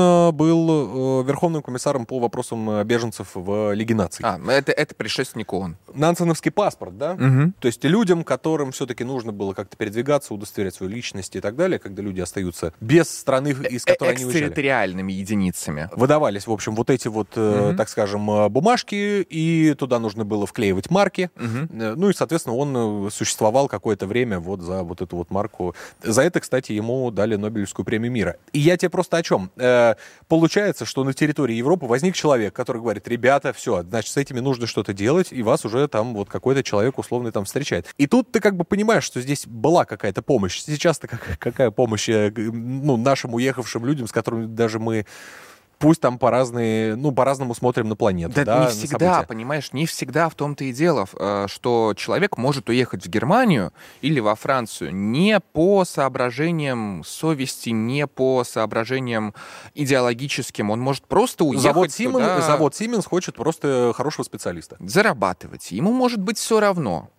был верховным комиссаром по вопросам беженцев в Лиге наций. А, это, это предшественник ООН. Нансеновский паспорт, да? Угу. То есть людям, которым все-таки нужно было как-то передвигаться, удостоверять свою личность и так далее, когда люди остаются без страны, из которой они уезжали. Экстерриториальными единицами. Выдавались, в общем, вот эти вот, угу. так скажем, бумажки, и туда нужно было вклеивать марки. Угу. Ну и, соответственно, он существовал какое-то время вот за вот эту вот марку. За это, кстати, ему дали Нобелевскую премию мира. И я тебе просто о чем? Э, получается, что на территории Европы возник человек, который говорит: ребята, все, значит, с этими нужно что-то делать, и вас уже там вот какой-то человек условный там встречает. И тут ты как бы понимаешь, что здесь была какая-то помощь. Сейчас-то как, какая помощь ну, нашим уехавшим людям, с которыми даже мы... Пусть там по-разные, ну, по-разному смотрим на планету. Да, да, не всегда, понимаешь, не всегда в том-то и дело, что человек может уехать в Германию или во Францию не по соображениям совести, не по соображениям идеологическим. Он может просто уехать завод Siemens, туда... Завод Siemens хочет просто хорошего специалиста. Зарабатывать. Ему может быть все равно.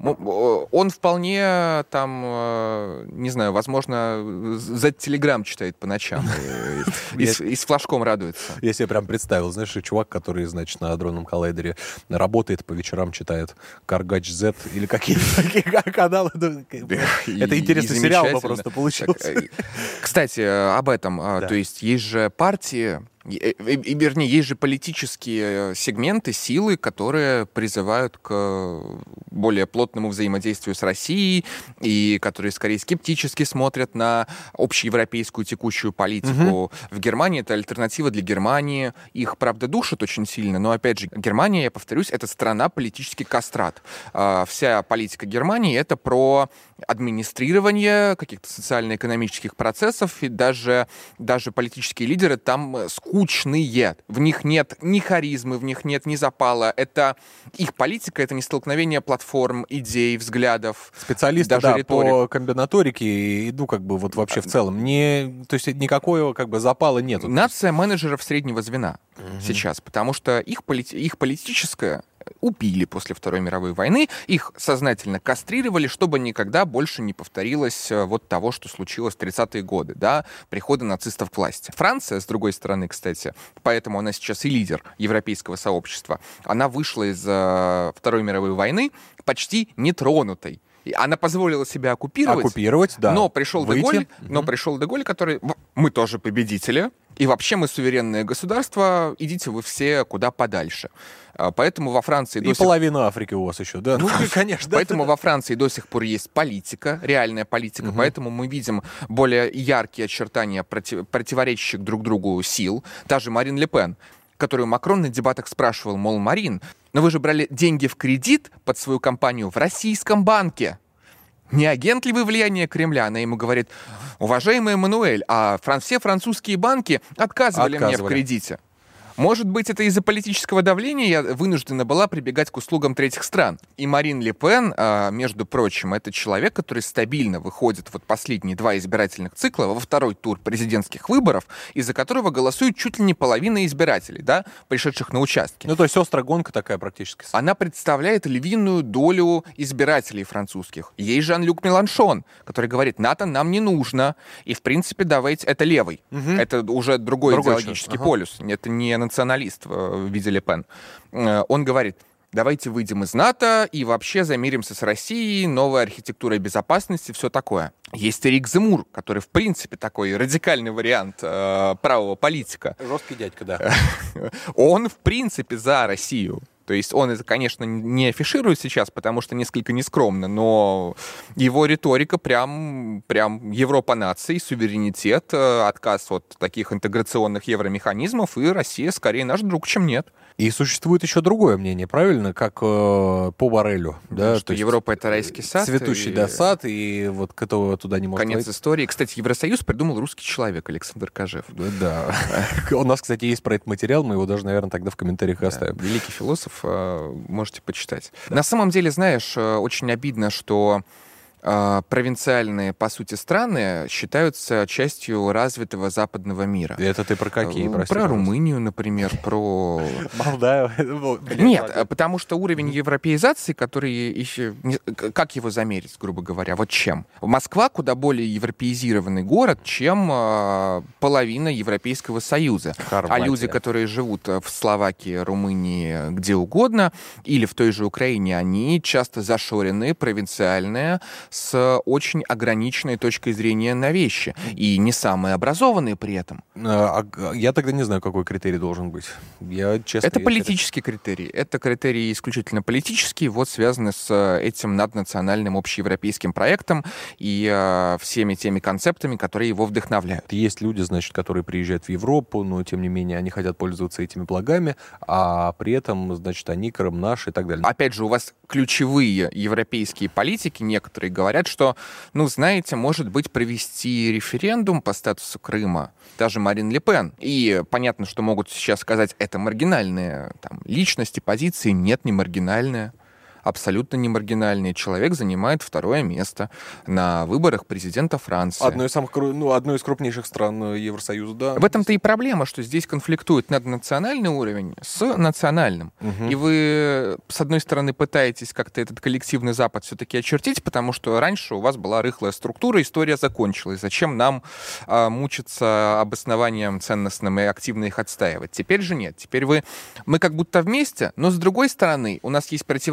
Он вполне там, не знаю, возможно, за Телеграм читает по ночам и с флажком радуется. Я себе прям представил, знаешь, чувак, который, значит, на адронном коллайдере работает, по вечерам читает Каргач Z или какие-то такие каналы. Это интересный сериал просто получился. Кстати, об этом. То есть есть же партии И, и, и, вернее, есть же политические сегменты, силы, которые призывают к более плотному взаимодействию с Россией и которые скорее скептически смотрят на общеевропейскую текущую политику. Угу. В Германии это альтернатива для Германии. Их, правда, душат очень сильно, но, опять же, Германия, я повторюсь, это страна политический кастрат. Вся политика Германии — это про администрирование каких-то социально-экономических процессов, и даже, даже политические лидеры там скучные. В них нет ни харизмы, в них нет ни запала. Это их политика, это не столкновение платформ, идей, взглядов. Специалисты, даже да, риторик. По комбинаторике иду как бы вот вообще в целом. Не, то есть никакого как бы запала нету. Нация менеджеров среднего звена угу. сейчас, потому что их, полит... их политическое убили после Второй мировой войны, их сознательно кастрировали, чтобы никогда больше не повторилось вот того, что случилось в тридцатые годы, да, прихода нацистов к власти. Франция, с другой стороны, кстати, поэтому она сейчас и лидер европейского сообщества, она вышла из uh, Второй мировой войны почти нетронутой. Она позволила себя оккупировать, оккупировать, да. но пришел Деголь, но пришел Деголь, который... Мы тоже победители, и вообще мы суверенное государство, идите вы все куда подальше. Поэтому во Франции... И до сих... половина Африки у вас еще, да? Ну, конечно. Поэтому во Франции до сих пор есть политика, реальная политика, угу. поэтому мы видим более яркие очертания против... противоречащих друг другу сил. Та же Марин Ле Пен, которую Макрон на дебатах спрашивал, мол, Марин, но вы же брали деньги в кредит под свою компанию в российском банке. Не агент ли вы влияния Кремля? Она ему говорит, уважаемый Эммануэль, а фран- все французские банки отказывали, отказывали мне в кредите. Может быть, это из-за политического давления я вынуждена была прибегать к услугам третьих стран. И Марин Ле Пен, между прочим, это человек, который стабильно выходит вот последние два избирательных цикла во второй тур президентских выборов, из-за которого голосует чуть ли не половина избирателей, да, пришедших на участки. Ну, то есть острая гонка такая практически. Она представляет львиную долю избирателей французских. Есть Жан-Люк Меланшон, который говорит, НАТО нам не нужно, и, в принципе, давайте... Это левый. Угу. Это уже другой, другой идеологический ага. полюс. Это не националист в виде Ле Пен. Он говорит, давайте выйдем из НАТО и вообще замиримся с Россией, новая архитектура безопасности, все такое. Есть Эрик Земмур, который, в принципе, такой радикальный вариант э, правого политика. Жесткий дядька, да. Он, в принципе, за Россию. То есть он это, конечно, не афиширует сейчас, потому что несколько нескромно, но его риторика прям, прям Европа наций, суверенитет, отказ от таких интеграционных евромеханизмов, и Россия скорее наш друг, чем нет. И существует еще другое мнение, правильно, как э, по Борреллю. Да, что Европа — это райский сад. Цветущий, и... да, сад, и вот кто туда не может Конец войти. истории. Кстати, Евросоюз придумал русский человек Александр Кожев. Да. У нас, кстати, есть про этот материал, мы его даже, наверное, тогда в комментариях оставим. Великий философ, можете почитать. На самом деле, знаешь, очень обидно, что провинциальные, по сути, страны считаются частью развитого западного мира. Это ты про какие? Прости, про Румынию, например, про... Молдавию. Нет, потому что уровень европеизации, который еще... Как его замерить, грубо говоря? Вот чем? Москва куда более европеизированный город, чем половина Европейского Союза. Хорватия. А люди, которые живут в Словакии, Румынии, где угодно, или в той же Украине, они часто зашоренные, провинциальные, с очень ограниченной точкой зрения на вещи. И не самые образованные при этом. А, я тогда не знаю, какой критерий должен быть. Я, честно, это политический критерий. Это критерий исключительно политический, вот связанный с этим наднациональным общеевропейским проектом и э, всеми теми концептами, которые его вдохновляют. Есть люди, значит, которые приезжают в Европу, но, тем не менее, они хотят пользоваться этими благами, а при этом, значит, они Крым наш и так далее. Опять же, у вас ключевые европейские политики, некоторые говорят, что, ну, знаете, может быть, провести референдум по статусу Крыма, даже Марин Ле Пен. И понятно, что могут сейчас сказать, это маргинальные там, личности, позиции. Нет, не маргинальные. Абсолютно не маргинальный человек занимает второе место на выборах президента Франции. Одно из самых, ну, одно из крупнейших стран Евросоюза, да. В этом-то и проблема, что здесь конфликтует наднациональный уровень с национальным. Угу. И вы, с одной стороны, пытаетесь как-то этот коллективный Запад все-таки очертить, потому что раньше у вас была рыхлая структура, история закончилась. Зачем нам а, мучиться обоснованием ценностным и активно их отстаивать? Теперь же нет. Теперь вы... Мы как будто вместе, но с другой стороны, у нас есть противоречия на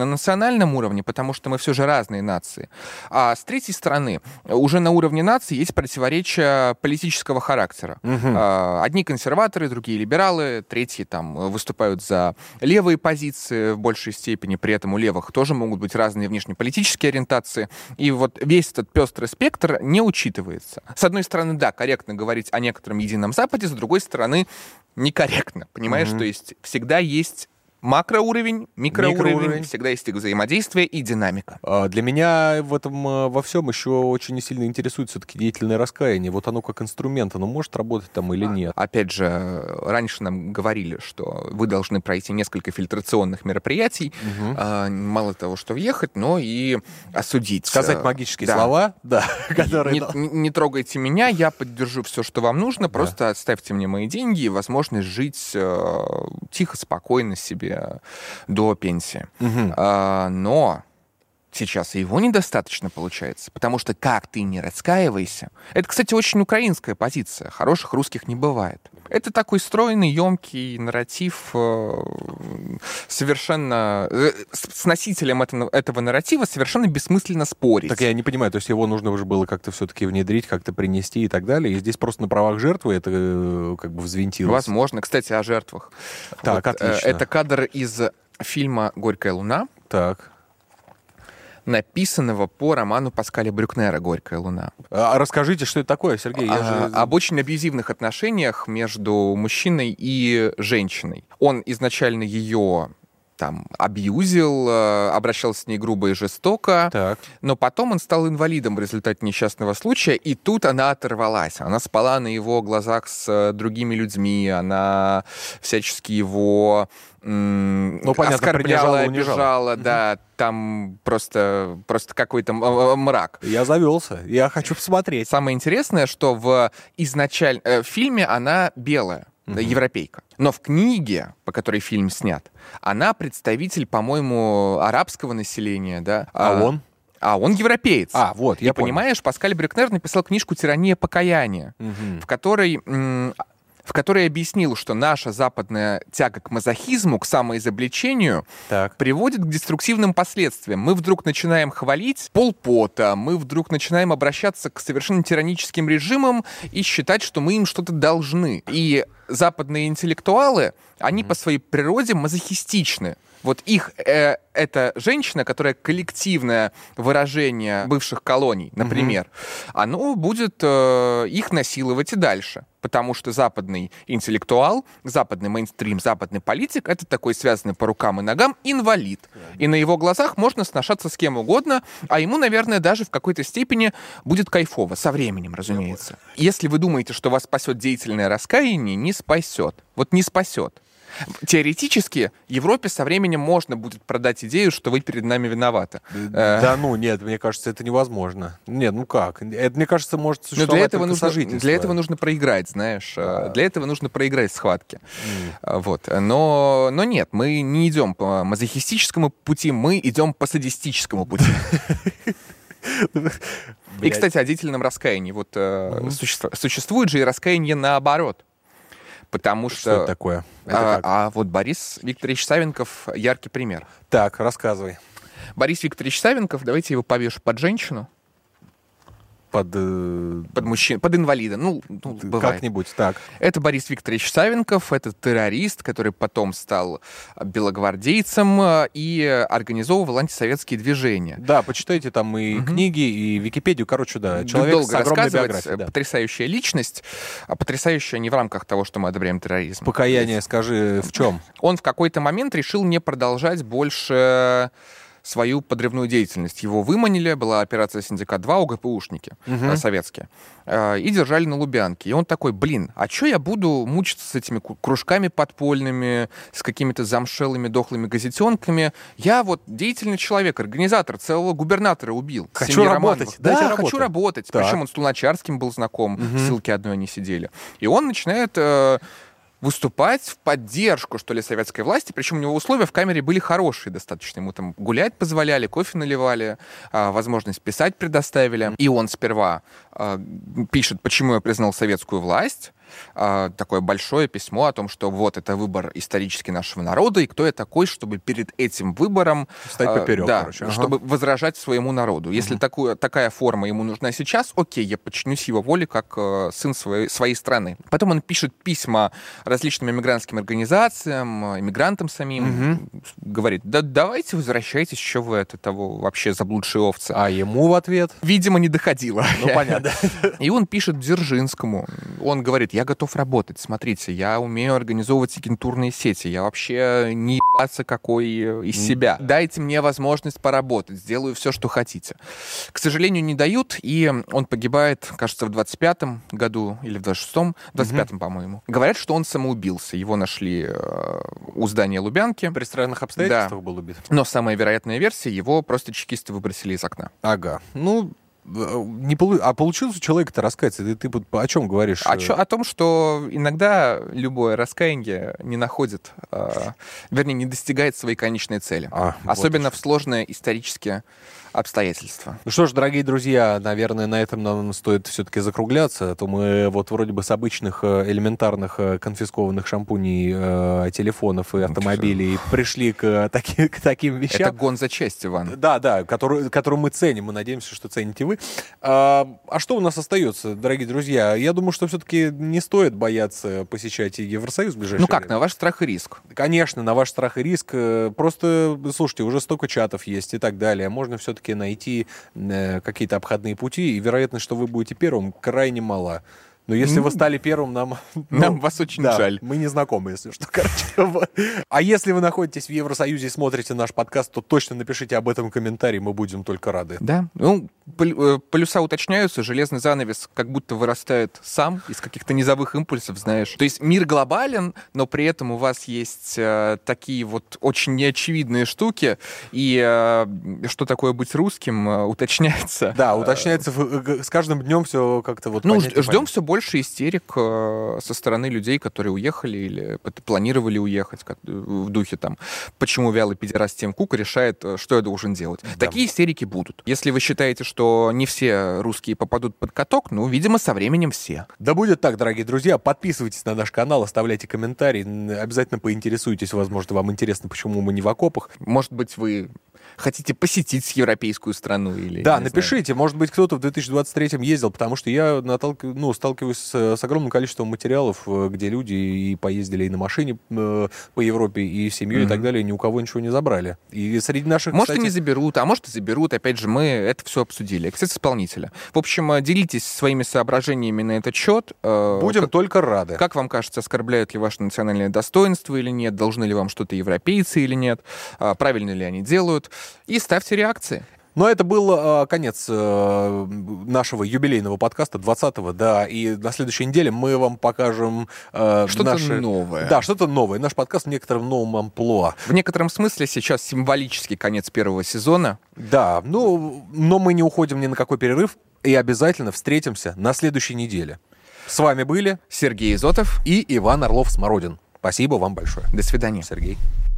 национальном уровне, потому что мы все же разные нации. А с третьей стороны, уже на уровне нации есть противоречия политического характера. Угу. Одни консерваторы, другие либералы, третьи там выступают за левые позиции в большей степени, при этом у левых тоже могут быть разные внешнеполитические ориентации. И вот весь этот пестрый спектр не учитывается. С одной стороны, да, корректно говорить о некотором едином Западе, с другой стороны, некорректно. Понимаешь, mm-hmm. то есть всегда есть макроуровень, микроуровень, микроуровень, всегда есть их взаимодействие и динамика. Для меня в этом во всем еще очень сильно интересует все-таки деятельное раскаяние. Вот оно как инструмент, оно может работать там или нет? Опять же, раньше нам говорили, что вы должны пройти несколько фильтрационных мероприятий, угу. а, мало того, что въехать, но и осудить. Сказать магические да. слова, да, которые... Не, не, не трогайте меня, я поддержу все, что вам нужно, просто да. оставьте мне мои деньги и возможность жить э, тихо, спокойно себе до пенсии. Угу. А, но сейчас и его недостаточно получается, потому что как ты не раскаивайся... Это, кстати, очень украинская позиция. Хороших русских не бывает. Это такой стройный, емкий нарратив, совершенно... С носителем этого, этого нарратива совершенно бессмысленно спорить. Так я не понимаю, то есть его нужно уже было как-то все-таки внедрить, как-то принести и так далее, и здесь просто на правах жертвы это как бы взвинтилось. Возможно. Кстати, о жертвах. Так, вот, отлично. Это кадр из фильма «Горькая луна». Так. Написанного по роману Паскаля Брюкнера «Горькая луна». А расскажите, что это такое, Сергей? Я а, же... Об очень абьюзивных отношениях между мужчиной и женщиной. Он изначально ее там абьюзил, обращался с ней грубо и жестоко, так. но потом он стал инвалидом в результате несчастного случая, и тут она оторвалась. Она спала на его глазах с другими людьми, она всячески его... Ну, понятно, оскорбляла, обижала, да, угу. там просто, просто какой-то мрак. Я завелся, я хочу посмотреть. Самое интересное, что в изначально э, в фильме она белая, угу. да, европейка, но в книге, по которой фильм снят, она представитель, по-моему, арабского населения, да. А, а он? А он европеец. А, вот, я И понял. Понимаешь, Паскаль Брюкнер написал книжку «Тирания покаяния», угу. в которой... М- в которой объяснил, что наша западная тяга к мазохизму, к самоизобличению так. приводит к деструктивным последствиям. Мы вдруг начинаем хвалить Пол Пота, мы вдруг начинаем обращаться к совершенно тираническим режимам и считать, что мы им что-то должны. И западные интеллектуалы, они mm-hmm. по своей природе мазохистичны. Вот их, э, эта женщина, которая коллективное выражение бывших колоний, например, mm-hmm. оно будет э, их насиловать и дальше. Потому что западный интеллектуал, западный мейнстрим, западный политик — это такой связанный по рукам и ногам инвалид. И на его глазах можно сношаться с кем угодно, а ему, наверное, даже в какой-то степени будет кайфово. Со временем, разумеется. Если вы думаете, что вас спасет деятельное раскаяние, не спасет. Вот не спасет. Теоретически Европе со временем можно будет продать идею, что вы перед нами виноваты. Да ну, нет, мне кажется, это невозможно. Нет, ну как? Это, мне кажется, может существовать для этого нужно, сожительство. Для этого нужно проиграть, знаешь. Да. Для этого нужно проиграть схватки. Mm. Вот. Но, но нет, мы не идем по мазохистическому пути, мы идем по садистическому пути. И, кстати, о деятельном раскаянии. Вот существует же и раскаяние наоборот. Потому что... Что это такое? Это а, а вот Борис Викторович Савенков — яркий пример. Так, рассказывай. Борис Викторович Савенков, давайте его повешу под женщину. Под... Э... Под мужчину, под инвалида. Ну, ну бывает. Как-нибудь, так. Это Борис Викторович Савенков, это террорист, который потом стал белогвардейцем и организовывал антисоветские движения. Да, почитайте там и угу. книги, и Википедию. Короче, да, человек долго с огромной биографией. Да. Потрясающая личность, потрясающая не в рамках того, что мы одобряем терроризм. Покаяние, скажи, в чем? Он в какой-то момент решил не продолжать больше... свою подрывную деятельность. Его выманили, была операция «Синдикат-два», ОГПУшники uh-huh. советские, и держали на Лубянке. И он такой, блин, а что я буду мучиться с этими кружками подпольными, с какими-то замшелыми дохлыми газетенками? Я вот деятельный человек, организатор, целого губернатора убил. Хочу работать. Да, хочу работать. Так. Причем он с Луначарским был знаком, uh-huh. в ссылке одной они сидели. И он начинает... выступать в поддержку, что ли, советской власти. Причем у него условия в камере были хорошие достаточно. Ему там гулять позволяли, кофе наливали, а, возможность писать предоставили. И он сперва а, пишет, почему я признал советскую власть, э, такое большое письмо о том, что вот это выбор исторически нашего народа, и кто я такой, чтобы перед этим выбором... Стать поперек, э, да, короче. Ага. чтобы возражать своему народу. Если угу. такую, такая форма ему нужна сейчас, окей, я подчинюсь его воле как э, сын своей, своей страны. Потом он пишет письма различным иммигрантским организациям, иммигрантам самим, угу. говорит, да давайте возвращайтесь, что вы это того вообще заблудшие овцы. А ему в ответ? Видимо, не доходило. Ну, понятно. И он пишет Дзержинскому. Он говорит, я готов работать, смотрите, я умею организовывать агентурные сети, я вообще не ебаться какой из себя. Дайте мне возможность поработать, сделаю все, что хотите. К сожалению, не дают, и он погибает, кажется, в двадцать пятом году или в двадцать шестом, в двадцать пятом, угу. по-моему. Говорят, что он самоубился. Его нашли э, у здания Лубянки. При странных обстоятельствах да. был убит. Но самая вероятная версия, его просто чекисты выбросили из окна. Ага. Ну, не полу... А получилось у человека-то раскаяться? Ты, ты о чем говоришь? О, чё, о том, что иногда любое раскаяние не находит, э, вернее, не достигает своей конечной цели. А, Особенно вот в сложные исторические обстоятельства. Ну что ж, дорогие друзья, наверное, на этом нам стоит все-таки закругляться. А то мы вот вроде бы с обычных элементарных конфискованных шампуней, э, телефонов и автомобилей ну, пришли к, таки, к таким вещам. Это гон за честь, Иван. Да, да, который, которую мы ценим. Мы надеемся, что цените вы. А, а что у нас остается, дорогие друзья? Я думаю, что все-таки не стоит бояться посещать Евросоюз в ближайшее Ну как, время. На ваш страх и риск? Конечно, на ваш страх и риск. Просто, слушайте, уже столько чатов есть и так далее. Можно все-таки найти э, какие-то обходные пути, и вероятность, что вы будете первым, крайне мала. Но если mm. вы стали первым, нам... Нам ну, вас очень да, жаль. Мы не знакомы, если что. Короче. А если вы находитесь в Евросоюзе и смотрите наш подкаст, то точно напишите об этом комментарий, мы будем только рады. Да. Ну, полюса уточняются, железный занавес как будто вырастает сам из каких-то низовых импульсов, знаешь. То есть мир глобален, но при этом у вас есть э, такие вот очень неочевидные штуки, и э, что такое быть русским, э, уточняется. Да, уточняется. С каждым днем все как-то вот... Ну, ждем все больше больше истерик э, со стороны людей, которые уехали или планировали уехать, как, в духе там, почему вялый пидорас Тим Кук решает, что я должен делать. Да. Такие истерики будут. Если вы считаете, что не все русские попадут под каток, ну, видимо, со временем все. Да будет так, дорогие друзья. Подписывайтесь на наш канал, оставляйте комментарии. Обязательно поинтересуйтесь, возможно, вам интересно, почему мы не в окопах. Может быть, вы хотите посетить европейскую страну или... Да, напишите. Знаю. Может быть, кто-то в две тысячи двадцать третьем ездил, потому что я наталк... ну, сталкиваюсь с, с огромным количеством материалов, где люди и поездили и на машине э, по Европе, и с семьей, mm-hmm. и так далее, ни у кого ничего не забрали. И среди наших, Может, кстати... и не заберут, а может, и заберут. Опять же, мы это все обсудили. Эксцесс исполнителя. В общем, делитесь своими соображениями на этот счет. Будем как, только рады. Как вам кажется, оскорбляют ли ваше национальное достоинство или нет? Должны ли вам что-то европейцы или нет? Правильно ли они делают? И ставьте реакции. Но это был э, конец э, нашего юбилейного подкаста двадцатого, да, и на следующей неделе мы вам покажем... Э, что-то наши... новое. Да, что-то новое. Наш подкаст в некотором новом амплуа. В некотором смысле сейчас символический конец первого сезона. Да, ну, но мы не уходим ни на какой перерыв и обязательно встретимся на следующей неделе. С вами были Сергей Изотов и Иван Орлов-Смородин. Спасибо вам большое. До свидания. Сергей.